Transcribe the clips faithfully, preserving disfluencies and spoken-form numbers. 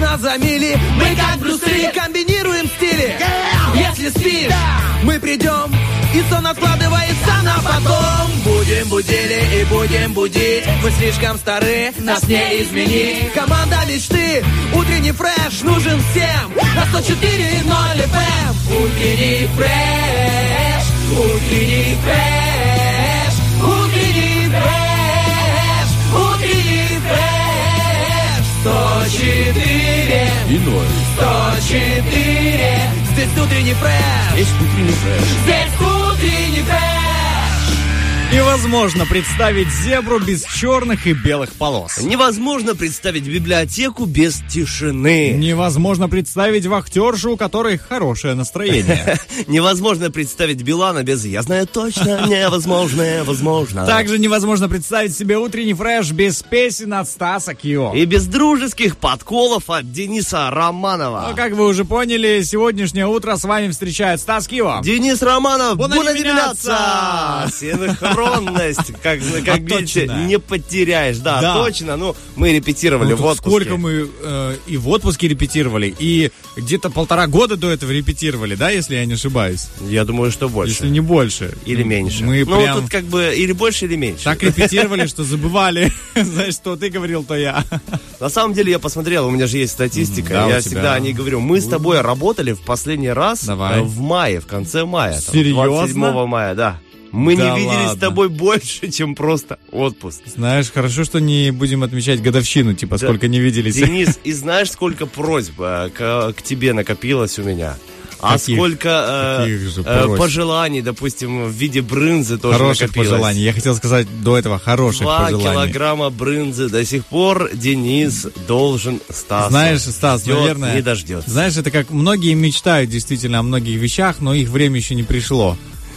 нас за мили. Мы как Брюс Ли комбинируем стили. Если спишь, мы придем, и сон откладывается на потом. Будем будили и будем будить. Мы слишком стары, нас не изменить. Команда мечты, утренний фреш нужен всем. На сто четыре и ноль эф эм. Утренний фреш, утренний фреш, утренний фреш, утренний фреш. Сто четыре и ноль. Сто четыре. Здесь утренний фреш. Здесь утренний фреш. Здесь утренний фреш. Невозможно представить зебру без черных и белых полос. Невозможно представить библиотеку без тишины. Невозможно представить вахтершу, у которой хорошее настроение. Невозможно представить Билана без «Я знаю точно, невозможно, возможно». Также невозможно представить себе утренний фреш без песен от Стаса Кио. И без дружеских подколов от Дениса Романова. Ну, как вы уже поняли, сегодняшнее утро с вами встречает Стас Кио. Денис Романов, Бонадивляться! Синхронность, как, как а видите, точно. не потеряешь. Да, да, точно. Ну, мы репетировали ну, в отпуске. Сколько мы э, и в отпуске репетировали, и где-то полтора года до этого репетировали, да, если я не ошибаюсь? Я думаю, что больше. Если не больше. Или меньше. Мы ну, прям... тут как бы или больше, или меньше. Так репетировали, что забывали. Знаешь, что ты говорил, то я. На самом деле я посмотрел, у меня же есть статистика. Да, я у тебя. всегда о ней говорю. Мы с тобой работали в последний раз Давай. в мае, в конце мая. Там, Серьезно? двадцать седьмого мая, да. Мы Да не виделись ладно. с тобой больше, чем просто отпуск. Знаешь, хорошо, что не будем отмечать годовщину, типа, Да. сколько не виделись. Денис, и знаешь, сколько просьб э, к, к тебе накопилось у меня? А Каких? сколько э, Каких же э, просьб? пожеланий, допустим, в виде брынзы тоже Хороших накопилось. пожеланий. Я хотел сказать до этого хороших Два пожеланий. килограмма брынзы. До сих пор Денис должен Стасу. Знаешь, Стас, Ждет, наверное... не дождется. Знаешь, это как многие мечтают действительно о многих вещах, но их время еще не пришло.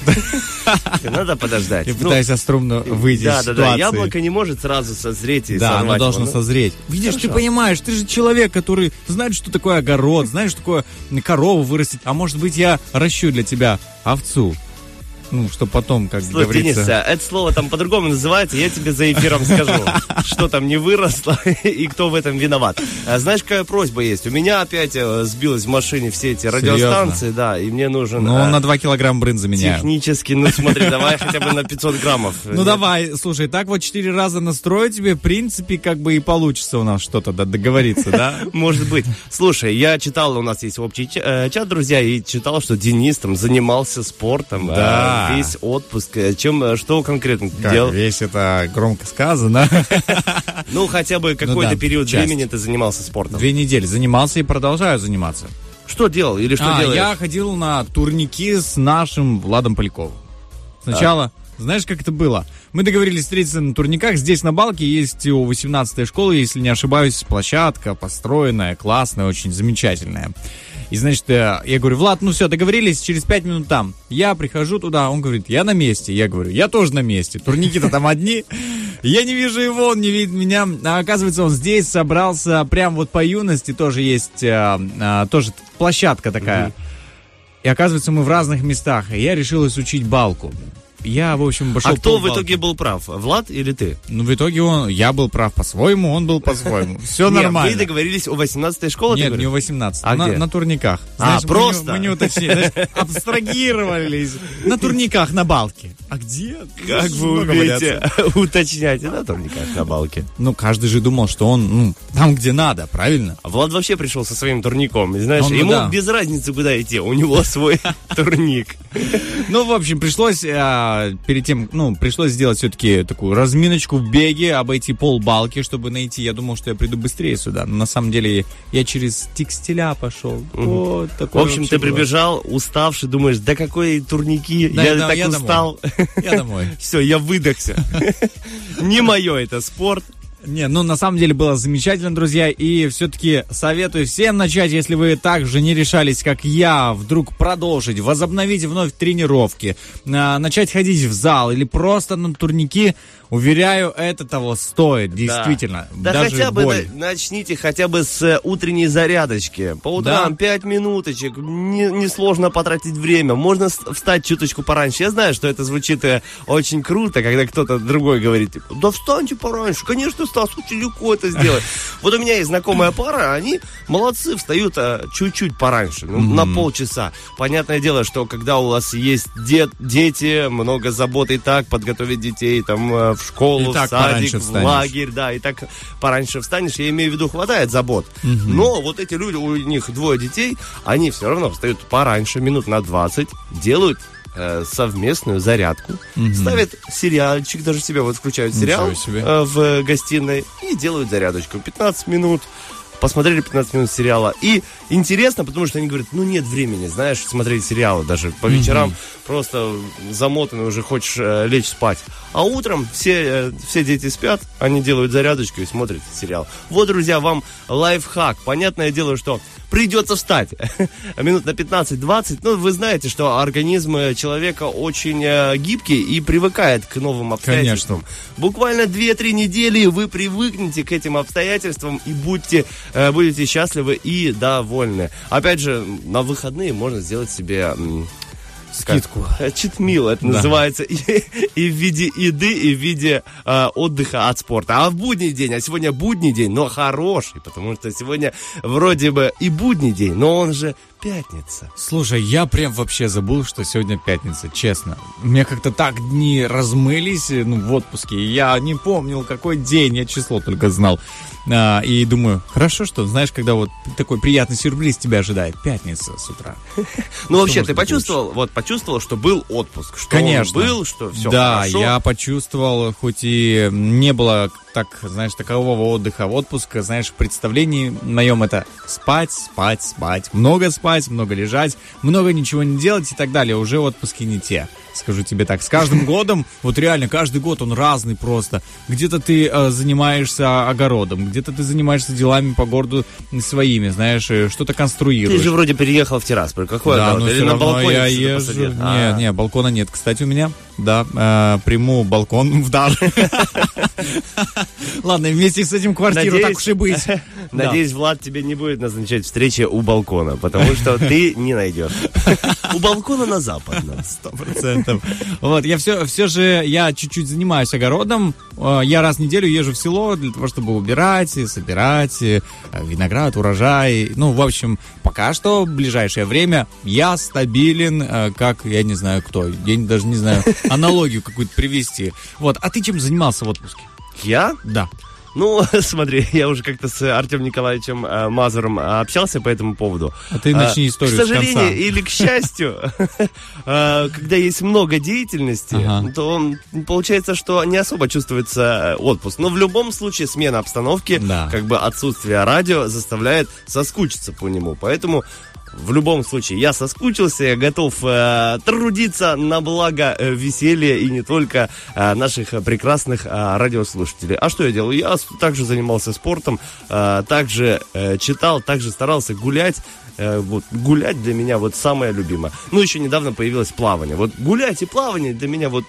Надо подождать. Я Ну, пытаюсь остроумно выйти Да, из да, ситуации. да. Яблоко не может сразу созреть и Да, оно сорвать должно его, ну. созреть. Видишь, Хорошо. ты понимаешь, ты же человек, который знает, что такое огород, знаешь, что такое корову вырастить. А может быть, я ращу для тебя овцу. Ну, что потом, как Слушай, говорится... Денис, это слово там по-другому называется, я тебе за эфиром скажу, что там не выросло и кто в этом виноват. А знаешь, какая просьба есть? У меня опять э, сбилось в машине все эти радиостанции, да, и мне нужен... Ну, э, на два килограмма брынзы меняю. технически, ну смотри, давай хотя бы на пятьсот граммов. Ну давай, слушай, так вот четыре раза настрою тебе, в принципе, как бы и получится у нас что-то да, договориться, да? Может быть. Слушай, я читал, у нас есть общий ча- э, чат, друзья, и читал, что Денис там занимался спортом Да. э, весь отпуск. Э, Чем, э, что конкретно ты Как, делал? весь это громко сказано. Ну, хотя бы какой-то да, период часть. времени ты занимался спортом. Две недели занимался и продолжаю заниматься. Что делал или что а, делаешь? я ходил на турники с нашим Владом Поляковым. Сначала, знаешь, как это было? Мы договорились встретиться на турниках. Здесь на Балке есть у восемнадцатой школы, если не ошибаюсь, площадка построенная, классная, очень замечательная. И, значит, я говорю, Влад, ну все, договорились, через пять минут там. Я прихожу туда, он говорит, я на месте. Я говорю, я тоже на месте. Турники-то там одни. Я не вижу его, он не видит меня. А оказывается, он здесь собрался прям вот по юности. Тоже есть, а, а, тоже площадка такая. И оказывается, мы в разных местах. И я решил изучить балку. Я, в общем, пошел. А кто в полбалки. итоге был прав? Влад или ты? Ну, в итоге он, я был прав по-своему, он был по-своему. Все Нет, нормально. вы договорились у восемнадцатой школы? ты Нет, говоришь? не у восемнадцатой, А на, где? на турниках. А, мы не- просто? Мы не уточнили, знаешь, абстрагировались. На турниках на Балке. А где? Как Ну, вы много умеете валяться. уточнять? На турниках, на балке. Ну, каждый же думал, что он, ну, там, где надо, правильно? А Влад вообще пришел со своим турником. И знаешь, Он, ну, ему да. без разницы, куда идти. У него свой турник. Ну, в общем, пришлось а, перед тем, ну, пришлось сделать все-таки такую разминочку в беге, обойти полбалки, чтобы найти. Я думал, что я приду быстрее сюда. Но на самом деле я через текстиля пошел. Вот В такое общем, вообще ты было. прибежал, уставший, думаешь, да какой турники, Да, я да, так я устал. Я домой. Все, я выдохся. Не мое это спорт. Не, ну на самом деле было замечательно, друзья, и все-таки советую всем начать, если вы также не решались, как я, вдруг продолжить, возобновить вновь тренировки, а, начать ходить в зал или просто на турники. Уверяю, это того стоит, действительно. Да, даже хотя бы боль. на- начните хотя бы с э, утренней зарядочки. По утрам Да. пять минуточек, не- несложно потратить время. Можно с- встать чуточку пораньше. Я знаю, что это звучит э, очень круто, когда кто-то другой говорит, типа, да встаньте пораньше, конечно, Стас, очень легко это сделать. Вот у меня есть знакомая пара, они молодцы, встают а, чуть-чуть пораньше, ну, mm-hmm. на полчаса. Понятное дело, что когда у вас есть дет, дети, много забот и так, подготовить детей там в школу, в садик, в лагерь, да, и так пораньше встанешь, я имею в виду, хватает забот. Mm-hmm. Но вот эти люди, у них двое детей, они все равно встают пораньше, минут на двадцать, делают совместную зарядку, mm-hmm. ставят сериальчик, даже себе вот включают сериал э, в гостиной и делают зарядочку. пятнадцать минут, посмотрели пятнадцать минут сериала. И интересно, потому что они говорят, ну нет времени, знаешь, смотреть сериалы даже по вечерам, mm-hmm. просто замотаны, уже хочешь э, лечь спать. А утром все, э, все дети спят, они делают зарядочку и смотрят сериал. Вот, друзья, вам лайфхак. Понятное дело, что придется встать минут на пятнадцать-двадцать. Ну, вы знаете, что организм человека очень э, гибкий и привыкает к новым обстоятельствам. Конечно. Буквально две-три недели вы привыкнете к этим обстоятельствам и будьте, э, будете счастливы и довольны. Опять же, на выходные можно сделать себе... М- скидку. Читмил это да. называется. И, и в виде еды, и в виде э, отдыха от спорта. А в будний день, а сегодня будний день, но хороший, потому что сегодня вроде бы и будний день, но он же пятница. Слушай, я прям вообще забыл, что сегодня пятница, честно. У меня как-то так дни размылись, ну, в отпуске. Я не помнил, какой день, я число только знал. А, и думаю, хорошо, что, знаешь, когда вот такой приятный сюрприз тебя ожидает. Пятница с утра. Ну, вообще, ты почувствовал, вот, почувствовал, что был отпуск? Что Конечно. Он был, что все да, хорошо? Да, я почувствовал, хоть и не было так, знаешь, такового отдыха, отпуска, знаешь, в представлении моем это спать, спать, спать, много спать, много лежать, много ничего не делать и так далее. Уже отпуски не те. Скажу тебе так, с каждым годом, вот реально, каждый год он разный просто. Где-то ты э, занимаешься огородом, где-то ты занимаешься делами по городу своими, знаешь, что-то конструируешь. Ты же вроде переехал в Тирасполь, какой да, огород? Или на балконе я езжу. Нет, А-а-а. нет, балкона нет. Кстати, у меня, да, э, приму балкон в дар. Ладно, вместе с этим квартиру, так уж и быть. Надеюсь, Влад тебе не будет назначать встречи у балкона, потому что ты не найдешь. У балкона на западном. Сто процентов. Вот, я все, все же, я чуть-чуть занимаюсь огородом. Я раз в неделю езжу в село для того, чтобы убирать, собирать виноград, урожай. Ну, в общем, пока что, в ближайшее время я стабилен, как, я не знаю кто. Я даже не знаю, аналогию какую-то привести. Вот, а ты чем занимался в отпуске? Я? Да. Ну, смотри, я уже как-то с Артемом Николаевичем э, Мазуром общался по этому поводу. А ты начни историю с конца. К сожалению или к счастью, когда есть много деятельности, то получается, что не особо чувствуется отпуск. Но в любом случае смена обстановки, как бы отсутствие радио заставляет соскучиться по нему. Поэтому... В любом случае, я соскучился, я готов э, трудиться на благо э, веселья и не только э, наших э, прекрасных э, радиослушателей. А что я делал? Я также занимался спортом, э, также э, читал, также старался гулять. Э, вот, гулять для меня вот самое любимое. Ну, еще недавно появилось плавание. Вот гулять и плавание для меня вот...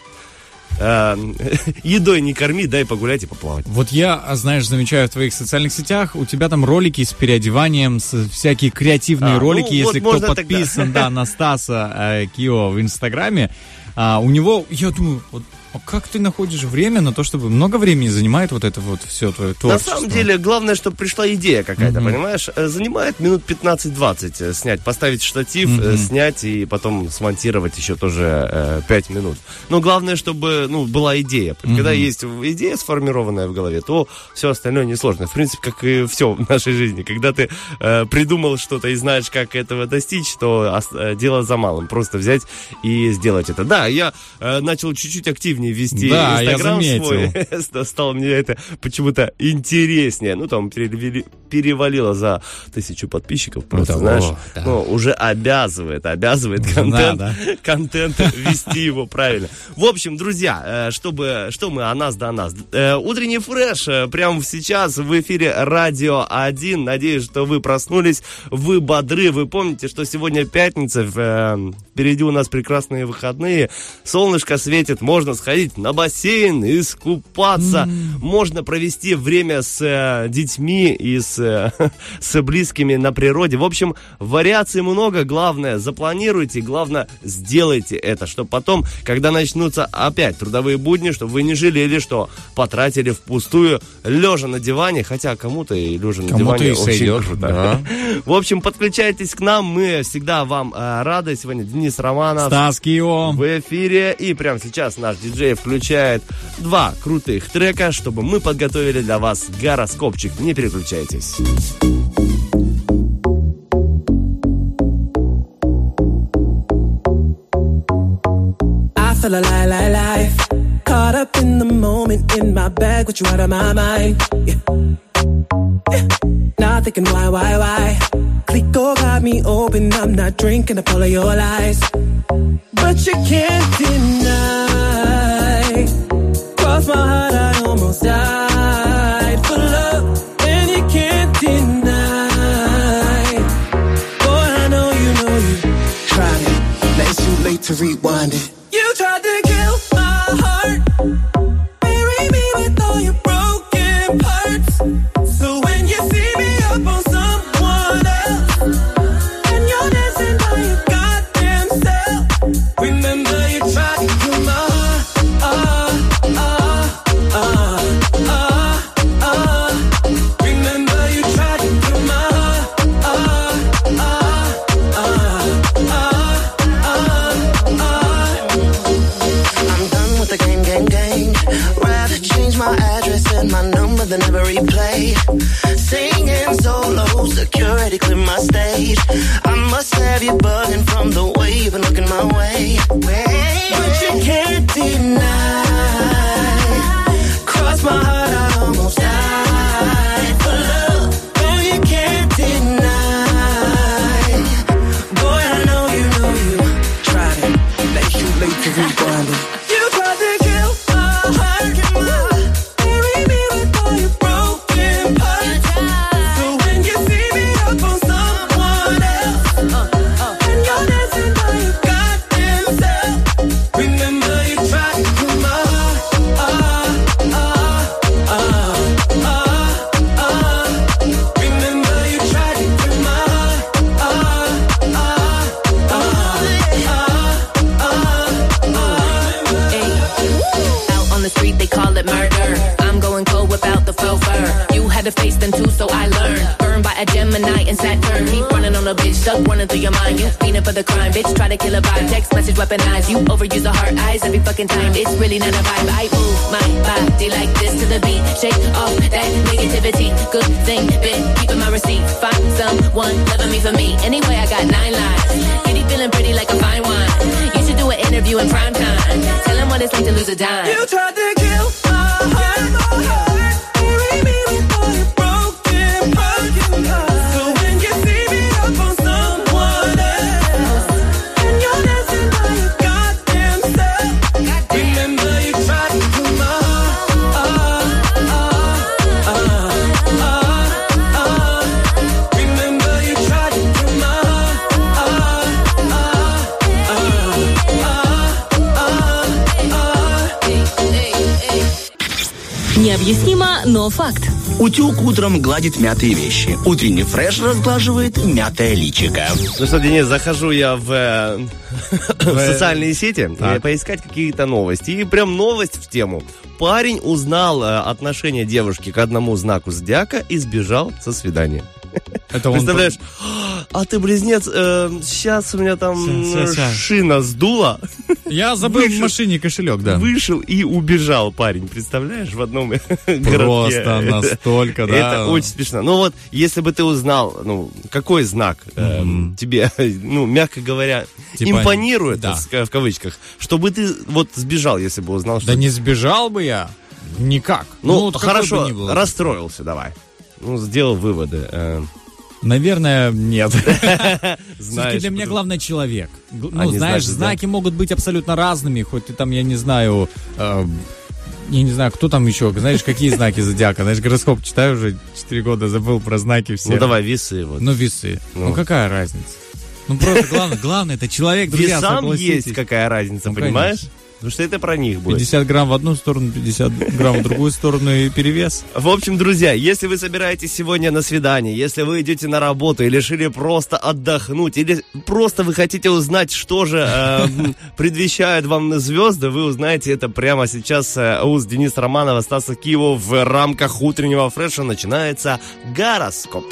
Э, едой не корми, дай погулять и поплавать. Вот я, знаешь, замечаю в твоих социальных сетях, у тебя там ролики с переодеванием, с, всякие креативные а, ролики, ну, если вот кто подписан да, на Стаса э, Кио в Инстаграме. А, у него, я думаю, вот, а как ты находишь время на то, чтобы много времени занимает вот это вот все твое творчество? На самом деле, главное, чтобы пришла идея какая-то, mm-hmm. понимаешь? Занимает минут пятнадцать-двадцать снять, поставить штатив, mm-hmm. снять и потом смонтировать еще тоже э, пять минут. Но главное, чтобы ну, была идея. Mm-hmm. Когда есть идея сформированная в голове, то все остальное несложно. В принципе, как и все в нашей жизни. Когда ты э, придумал что-то и знаешь, как этого достичь, то э, дело за малым. Просто взять и сделать это. Да, я э, начал чуть-чуть активнее вести да, Инстаграм свой. Стало мне это почему-то интереснее. Ну, там перевели, перевалило за тысячу подписчиков. Просто, ну, знаешь, о, да. ну, уже обязывает, обязывает контент, да, да. контент вести его правильно. В общем, друзья, чтобы, что мы о нас да о нас. Утренний фреш прямо сейчас в эфире Радио один. Надеюсь, что вы проснулись, вы бодры. Вы помните, что сегодня пятница, впереди у нас прекрасные выходные. Солнышко светит, можно сходить на бассейн, искупаться, mm. можно провести время с э, детьми и с с, с близкими на природе. В общем, вариаций много. Главное, запланируйте, главное, сделайте это, чтобы потом, когда начнутся опять трудовые будни, чтобы вы не жалели, что потратили впустую, лежа на диване, хотя кому-то и лежа на Кому-то диване и очень сойдет, круто. да. В общем, подключайтесь к нам, мы всегда вам э, рады. Сегодня Денис Романов Стас Кио в эфире, и прямо сейчас наш диджей включает два крутых трека, чтобы мы подготовили для вас гороскопчик. Не переключайтесь. Feel a lie, lie, life. Caught up in the moment, in my bag, with you out of my mind. Yeah. Yeah. Not thinking why, why, why. Clico got me open, I'm not drinking up all of your lies. But you can't deny. Cross my heart, I almost died for love, and you can't deny. Boy, I know you know you tried it. Now it's too late to rewind it. You tried to kill my heart, bury me with all your broken parts. So when you see me up on someone else, and you're dancing by your goddamn self, remember you tried to kill my heart. Ah, ah, ah, ah, ah. Remember you tried to kill my heart. Ah, ah, ah, ah, ah, ah. I'm done with the game, game, game. Rather change my address and my number than ever replay. Singing solo, security clear my stage. I must have you bugging from the way you've been looking my way. But you can't deny. Cross my heart, I almost died for love. No, you can't deny. Boy, I know you know you tried it. Now it's too late to rewind it. You tried to kill my heart, bury me with all your broken parts. So when you see me up on someone else, and you're dancing by your goddamn self, remember you tried to kill my heart. Ah, ah, ah, ah, ah. Remember you tried to kill my heart. Ah, ah, ah, ah, ah, ah. Out on the street, they call it murder. I'm going cold without the faux fur. You had to face them too, so I learned. Burned by a Gemini and Saturn. Keep running on a bitch, stuck running through your mind. You fiending for the crime, bitch. Try to kill a vibe. Text message weaponized. You overuse the heart eyes every fucking time. It's really not a vibe. I move my body like this to the beat. Shake off that negativity. Good thing, been keeping my receipt. Find someone loving me for me. Anyway, I got nine lives. Kitty feeling pretty like a fine wine. You should do an interview in prime time. Tell him what it's like to lose a dime. You tried to kill my heart, bury me with all your broken parts. So when you see me up on someone else, and you're dancing by your goddamn self, remember you tried to kill my heart. Ah, ah, ah, ah, ah. Remember you tried to kill my heart. Ah, ah, ah, ah, ah. Необъяснимо, но факт. Утюг утром гладит мятые вещи. Утренний фреш разглаживает мятое личико. Ну что, Денис, захожу я в, э, в социальные сети Так. и поискать какие-то новости. И прям новость в тему. Парень узнал э, отношение девушки к одному знаку зодиака и сбежал со свидания. Это он... Представляешь, а ты близнец, э, сейчас у меня там Ща, ща, ща. шина сдула. Я забыл Вышел. в машине кошелек, да. Вышел и убежал парень, представляешь, в одном городке. Просто настолько, да. Это очень смешно. Ну вот, если бы ты узнал, ну, какой знак э, тебе, ну, мягко говоря, Типа, импонирует, да. в кавычках, чтобы ты вот сбежал, если бы узнал, что... Да не сбежал бы я. Никак. Ну, вот какой хорошо, бы ни был. расстроился, давай. Ну, сделал выводы. э, Наверное, нет. Все-таки Знаешь, для меня потому- главное человек. Г- А Ну, не знаешь, знак, знаки могут быть абсолютно разными, хоть ты там, я не знаю, э, я не знаю, кто там еще, знаешь, какие знаки зодиака. Знаешь, гороскоп читаю уже четыре года, забыл про знаки все. Ну, давай, весы вот. Ну, весы. Ну. Ну, какая разница? Ну, просто главное, главное, это человек, друзья, Весам согласитесь. есть какая разница, Ну, понимаешь? конечно. Потому что это про них будет. пятьдесят грамм в одну сторону, пятьдесят грамм в другую сторону и перевес. В общем, друзья, если вы собираетесь сегодня на свидание, если вы идете на работу или решили просто отдохнуть, или просто вы хотите узнать, что же э, предвещают вам звезды, вы узнаете это прямо сейчас э, у Дениса Романова, Стаса Киева в рамках утреннего фреша. Начинается гороскоп.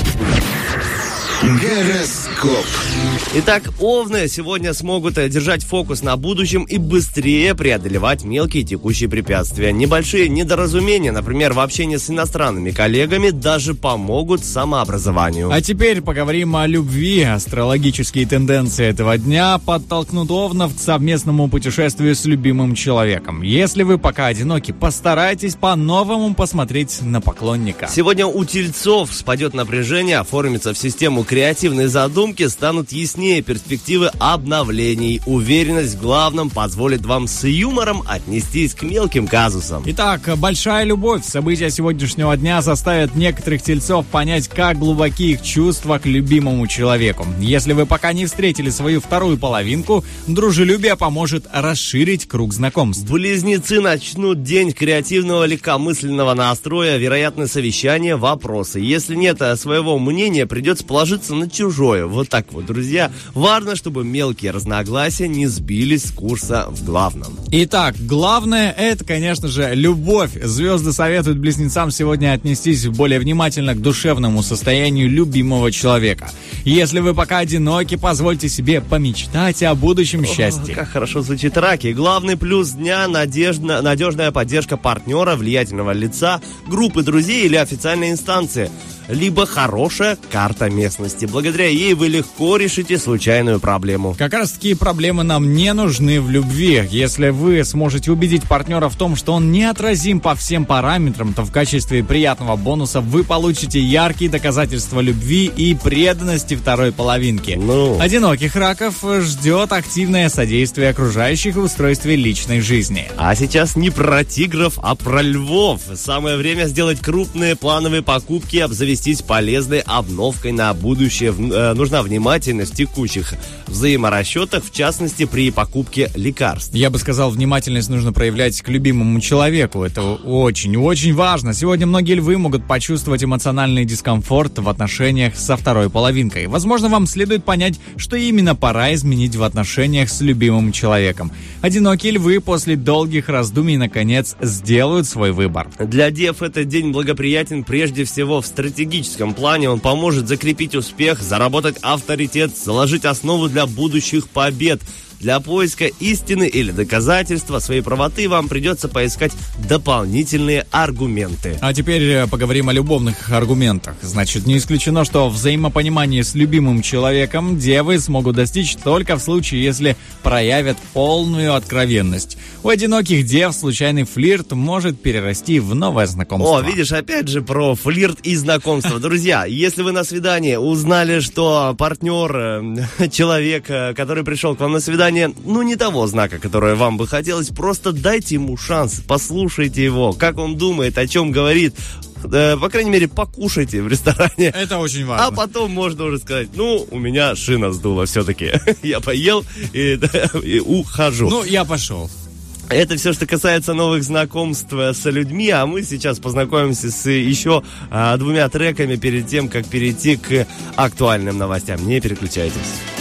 Гороскоп. Итак, овны сегодня смогут держать фокус на будущем и быстрее преодолевать мелкие текущие препятствия. Небольшие недоразумения, например, в общении с иностранными коллегами, даже помогут самообразованию. А теперь поговорим о любви. Астрологические тенденции этого дня подтолкнут овнов к совместному путешествию с любимым человеком. Если вы пока одиноки, постарайтесь по-новому посмотреть на поклонника. Сегодня у тельцов спадет напряжение, оформится в систему креативные задумки, станут яснее перспективы обновлений. Уверенность в главном позволит вам с юмором отнестись к мелким казусам. Итак, большая любовь. События сегодняшнего дня заставят некоторых тельцов понять, как глубоки их чувства к любимому человеку. Если вы пока не встретили свою вторую половинку, дружелюбие поможет расширить круг знакомств. Близнецы начнут день креативного легкомысленного настроя, вероятно, совещания, вопросы. Если нет своего мнения, придется положиться на чужое. Вот так вот, друзья. Важно, чтобы мелкие разногласия не сбились с курса в главном. Итак, главное, это, конечно же, любовь. Звезды советуют близнецам сегодня отнестись более внимательно к душевному состоянию любимого человека. Если вы пока одиноки, позвольте себе помечтать о будущем счастье. О, как хорошо звучит раки. Главный плюс дня – надежда, надежная поддержка партнера, влиятельного лица, группы друзей или официальной инстанции. Либо хорошая карта местности. Благодаря ей вы легко решите случайную проблему. Как раз такие проблемы нам не нужны в любви. Если вы сможете убедить партнера в том, что он неотразим по всем параметрам, то в качестве приятного бонуса вы получите яркие доказательства любви и преданности второй половинки. Ну. Одиноких раков ждет активное содействие окружающих в устройстве личной жизни. А сейчас не про тигров, а про львов. Самое время сделать крупные плановые покупки, обзавестись полезной обновкой на будущее. Нужна внимательность в текущих взаиморасчетах, в частности, при покупке лекарств. Я бы сказал, внимательность нужно проявлять к любимому человеку. Это очень-очень важно. Сегодня многие львы могут почувствовать эмоциональный дискомфорт в отношениях со второй половинкой. Возможно, вам следует понять, что именно пора изменить в отношениях с любимым человеком. Одинокие львы после долгих раздумий, наконец, сделают свой выбор. Для дев этот день благоприятен прежде всего в стратегическом В стратегическом плане. Он поможет закрепить успех, заработать авторитет, заложить основу для будущих побед. Для поиска истины или доказательства своей правоты вам придется поискать дополнительные аргументы. А теперь поговорим о любовных аргументах. Значит, не исключено, что взаимопонимание с любимым человеком девы смогут достичь только в случае, если проявят полную откровенность. У одиноких дев случайный флирт может перерасти в новое знакомство. О, видишь, опять же про флирт и знакомство. Друзья, если вы на свидании узнали, что партнер, человек, который пришел к вам на свидание, ну, не того знака, которого вам бы хотелось, просто дайте ему шанс, послушайте его, как он думает, о чем говорит. По крайней мере, покушайте в ресторане. Это очень важно. А потом можно уже сказать, ну, у меня шина сдула все-таки. Я поел и, и ухожу. Ну, я пошел. Это все, что касается новых знакомств с людьми, а мы сейчас познакомимся с еще а, двумя треками перед тем, как перейти к актуальным новостям. Не переключайтесь.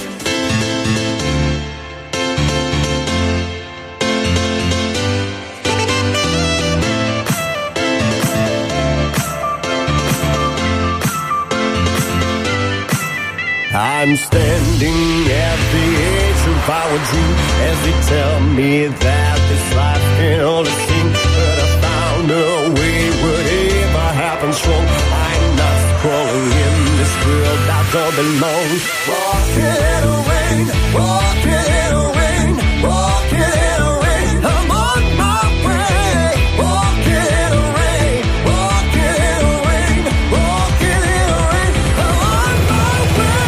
I'm standing at the edge of our dream as they tell me that this life can only sing. But I found a way, whatever happens wrong. I'm not crawling in this world I don't belong. Walking away, walking away, walking away. I'm on my way. Walking away, walking away, walking away. I'm on my way.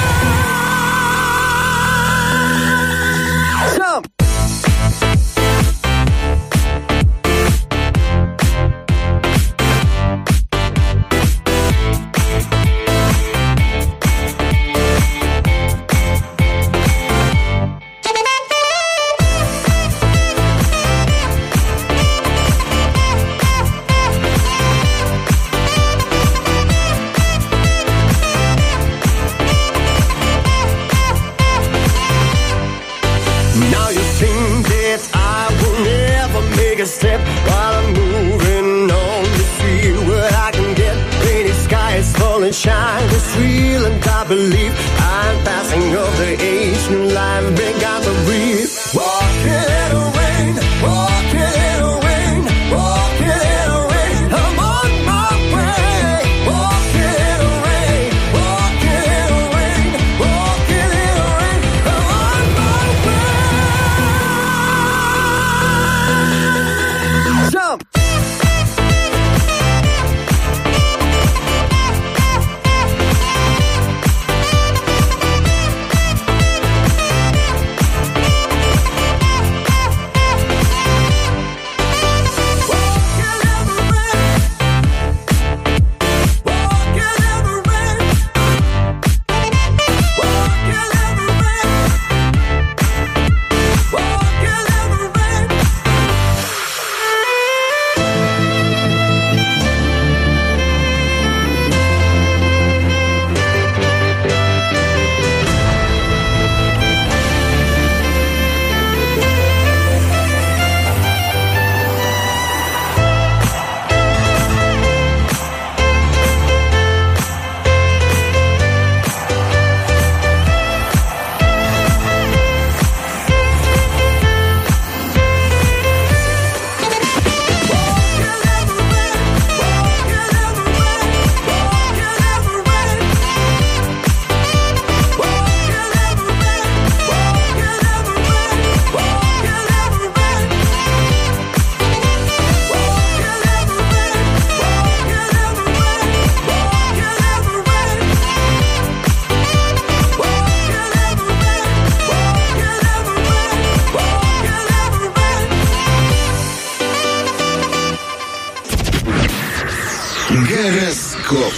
Jump! take a step while I'm moving on to see what I can get. Rainy skies falling, shine, it's real and I believe I'm passing of the age, new life began to breathe. Walking in the rain, walking in the rain, walking in the rain, I'm on my way. Walking in the rain, walking in the rain, walking in the rain, I'm on my way. Jump! Гороскоп.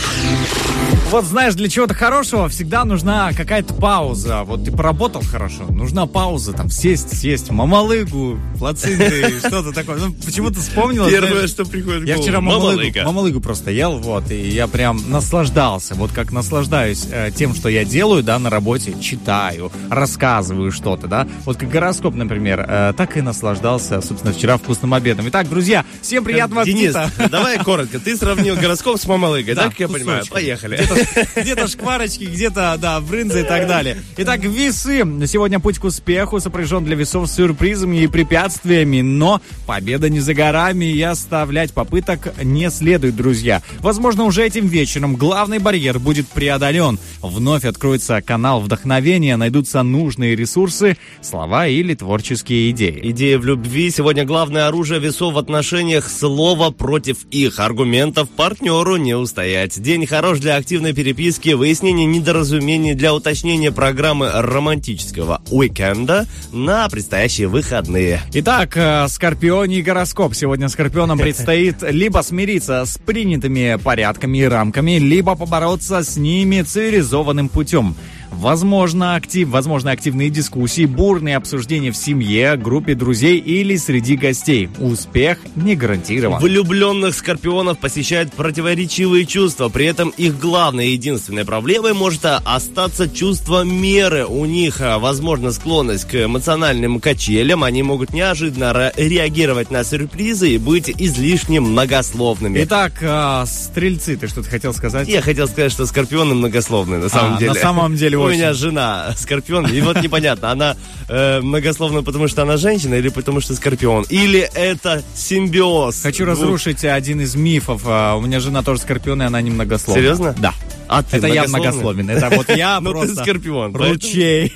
Вот знаешь, для чего-то хорошего всегда нужна какая-то пауза. Вот ты поработал хорошо, нужна пауза, там, сесть, сесть, мамалыгу, плацинты, что-то такое. Ну, почему-то вспомнил. Первое, что приходит в голову. Я вчера мамалыгу, мамалыгу просто ел, вот, и я прям наслаждался. Вот как наслаждаюсь э, тем, что я делаю, да, на работе, читаю, рассказываю что-то, да. Вот как гороскоп, например, э, так и наслаждался, собственно, вчера вкусным обедом. Итак, друзья, всем приятного Денис, аппетита. давай коротко. Ты сравнил гороскоп с мамалыгой, да, как я кусочек. понимаю? Поехали. Где-то, где-то шкварочки, где-то, да, брынзы и так далее. Итак, весы. Сегодня путь к успеху сопряжен для весов с сюрпризами и препятствиями, но победа не за горами и оставлять попыток не следует, друзья. Возможно, уже этим вечером главный барьер будет преодолен. Вновь откроется канал вдохновения, найдутся нужные ресурсы, слова или творческие идеи. Идея в любви. Сегодня главное оружие весов в отношениях — слово против их аргументов партнеру не устоять. День хорош для активной переписки, выяснения недоразумений, для уточнения программы романтического уикенда на предстоящие выходные. Итак, э, скорпионий гороскоп. Сегодня скорпионам предстоит либо смириться с принятыми порядками и рамками, либо побороться с ними цивилизованным путем. Возможно, актив, возможно, активные дискуссии, бурные обсуждения в семье, группе друзей или среди гостей. Успех не гарантирован. Влюбленных скорпионов посещают противоречивые чувства. При этом их главной и единственной проблемой может остаться чувство меры. У них, возможно, склонность к эмоциональным качелям. Они могут неожиданно реагировать на сюрпризы и быть излишне многословными. Итак, э, стрельцы, ты что-то хотел сказать? Я хотел сказать, что скорпионы многословные, на самом а, деле. На самом деле У очень. меня жена скорпион, и вот непонятно, она э, многословна, потому что она женщина, или потому что скорпион, или это симбиоз. Хочу разрушить один из мифов. У меня жена тоже скорпион, и она не многословна. Серьезно? Да. А ты это я многословен. Это вот я ну, просто... ты скорпион. Ручей.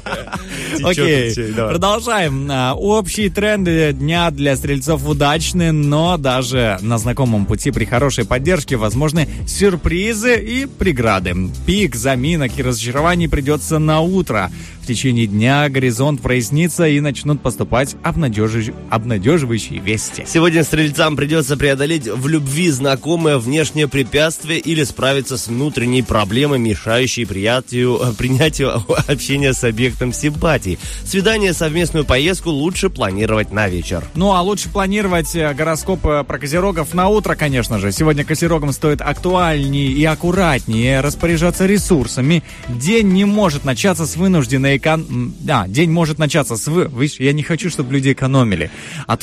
Окей, продолжаем. Общие тренды дня для стрельцов удачны, но даже на знакомом пути при хорошей поддержке возможны сюрпризы и преграды. Пик заминок и разочарований придется на утро. В течение дня горизонт прояснится и начнут поступать обнадежив... обнадеживающие вести. Сегодня стрельцам придется преодолеть в любви знакомое внешнее препятствие или справиться с внутренней проблемой, мешающей приятию, принятию общения с объектом симпатии. Свидание, совместную поездку лучше планировать на вечер. Ну, а лучше планировать гороскоп про козерогов на утро, конечно же. Сегодня козерогам стоит актуальнее и аккуратнее распоряжаться ресурсами. День не может начаться с вынужденной Экон... А, день может начаться с вы... Видишь, я не хочу, чтобы люди экономили. А тут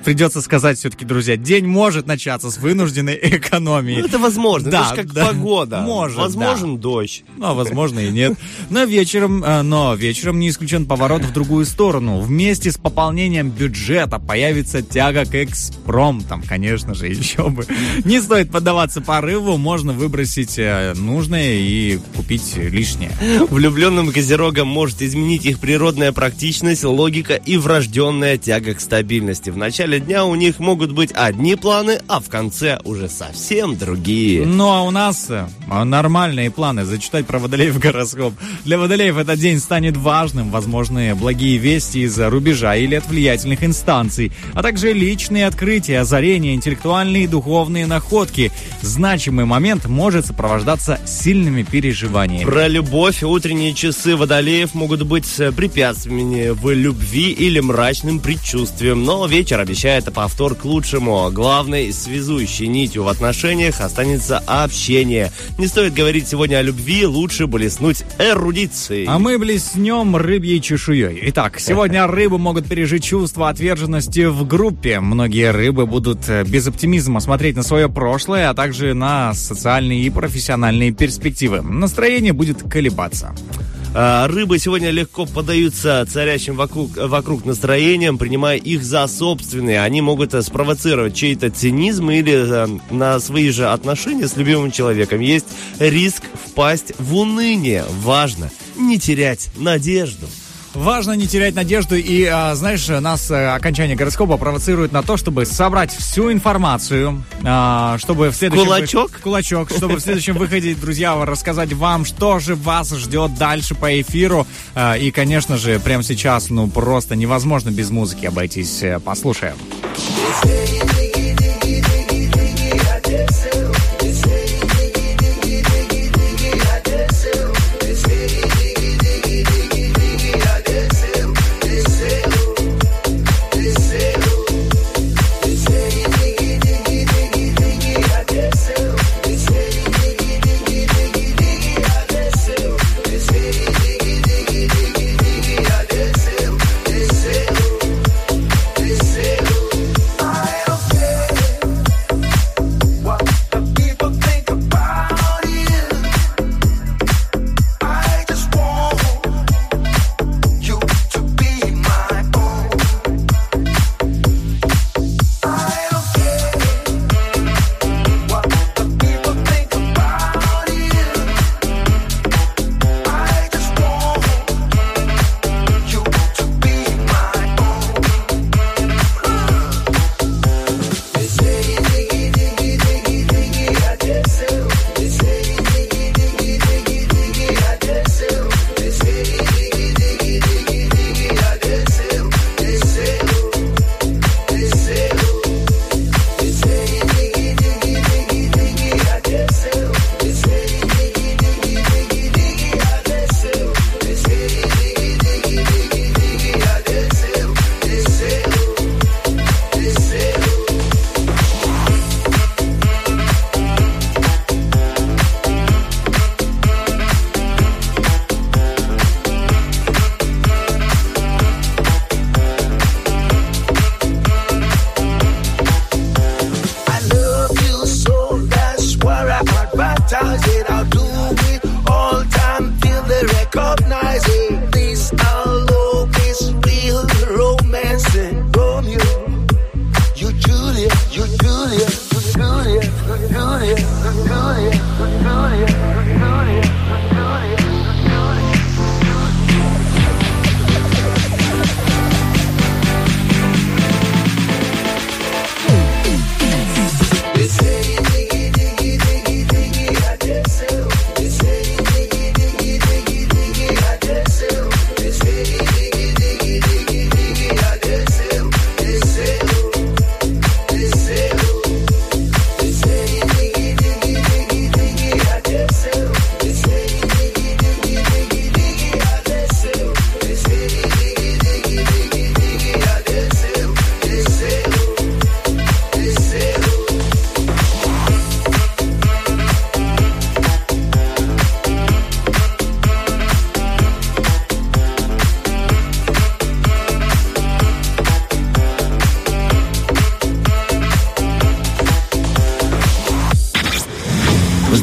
Придется сказать все-таки, друзья, день может начаться с вынужденной экономии. Ну, это возможно, да, это же как да, погода. Может, Возможен да. дождь. Ну, а возможно и нет. Но вечером, но вечером не исключен поворот в другую сторону. Вместе с пополнением бюджета появится тяга к экспромтам, конечно же, еще бы. Не стоит поддаваться порыву, можно выбросить нужное и купить лишнее. Влюбленным козерогам может изменить их природная практичность, логика и врожденная тяга к стабильности. В начале дня у них могут быть одни планы, а в конце уже совсем другие. Ну а у нас нормальные планы. Зачитать про водолеев гороскоп. Для водолеев этот день станет важным. Возможны благие вести из-за рубежа или от влиятельных инстанций, а также личные открытия, озарения, интеллектуальные и духовные находки. Значимый момент может сопровождаться сильными переживаниями. Про любовь. Утренние часы водолеев могут быть препятствиями в любви или мрачным предчувствием, но вечер обещает повтор к лучшему. Главной связующей нитью в отношениях останется общение. Не стоит говорить сегодня о любви, лучше блеснуть эрудицией. А мы блеснем рыбьей чешуей. Итак, сегодня рыбы могут пережить чувство отверженности в группе. Многие рыбы будут без оптимизма смотреть на свое прошлое, а также на социальные и профессиональные перспективы. Настроение будет колебаться. Рыбы сегодня легко поддаются царящим вокруг, вокруг настроениям, принимая их за собственные. Они могут спровоцировать чей-то цинизм или на свои же отношения с любимым человеком. Есть риск впасть в уныние. Важно не терять надежду. Важно не терять надежду, и, а, знаешь, нас а, окончание гороскопа провоцирует на то, чтобы собрать всю информацию, а, чтобы в следующем... Кулачок? Вы... Кулачок, чтобы в следующем выходе, друзья, рассказать вам, что же вас ждет дальше по эфиру. А, и, конечно же, прямо сейчас, ну, просто невозможно без музыки обойтись. Послушаем.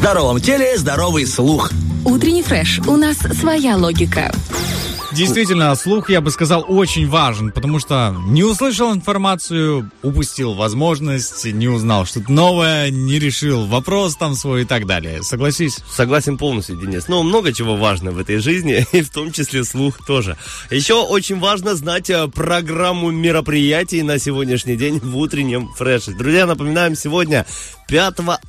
здоровом теле здоровый слух. Утренний фреш. У нас своя логика. Действительно, слух, я бы сказал, очень важен, потому что не услышал информацию, упустил возможность, не узнал что-то новое, не решил вопрос там свой и так далее. Согласись? Согласен полностью, Денис. Но много чего важно в этой жизни, и в том числе слух тоже. Еще очень важно знать программу мероприятий на сегодняшний день в утреннем фреше. Друзья, напоминаем, сегодня пятого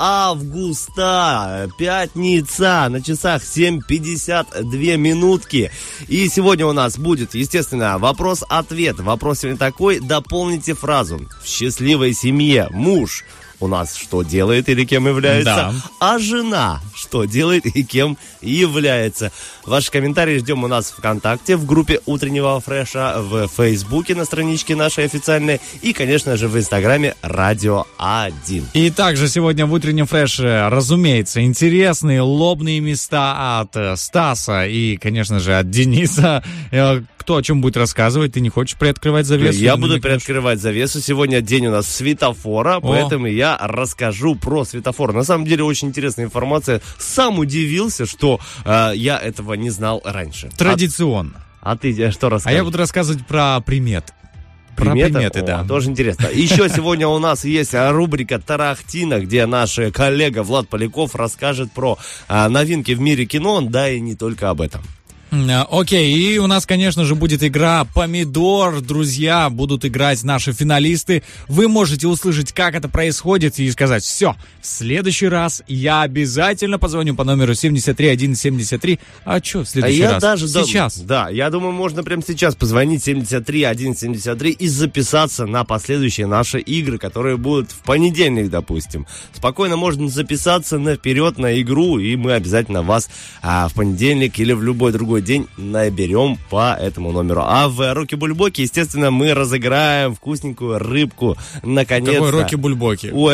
августа, пятница, на часах семь пятьдесят две минутки. И сегодня у нас будет, естественно, вопрос-ответ. Вопрос сегодня такой: дополните фразу. В счастливой семье муж у нас что делает или кем является, да. А жена что делает и кем является. Ваши комментарии ждем у нас ВКонтакте, в группе Утреннего Фреша, в Фейсбуке на страничке нашей официальной и, конечно же, в Инстаграме Радио один. И также сегодня в Утреннем Фреше, разумеется, интересные лобные места от Стаса и, конечно же, от Дениса. Кто о чем будет рассказывать? Ты не хочешь приоткрывать завесу? Я буду приоткрывать завесу. Сегодня день у нас светофора, О. поэтому я расскажу про светофор. На самом деле очень интересная информация. Сам удивился, что э, я этого не знал раньше. Традиционно. А, а ты что расскажешь? А я буду рассказывать про приметы. Про Приметы, приметы, О, да. Тоже интересно. Еще сегодня у нас есть рубрика «Тарахтина», где наш коллега Влад Поляков расскажет про а, новинки в мире кино, да и не только об этом. Окей, и у нас, конечно же, будет игра «Помидор». Друзья, будут играть наши финалисты. Вы можете услышать, как это происходит, и сказать: все, в следующий раз я обязательно позвоню по номеру семьдесят три одиннадцать семьдесят три. А что в следующий а я раз? Даже сейчас. Дум... Да, я думаю, можно прямо сейчас позвонить семьдесят три одиннадцать семьдесят три и записаться на последующие наши игры, которые будут в понедельник, допустим. Спокойно можно записаться наперед на игру, и мы обязательно вас а, в понедельник или в любой другой день наберем по этому номеру. А в Роки-Бульбоке, естественно, мы разыграем вкусненькую рыбку. Наконец-то. Какой Роки-Бульбоки? Ой.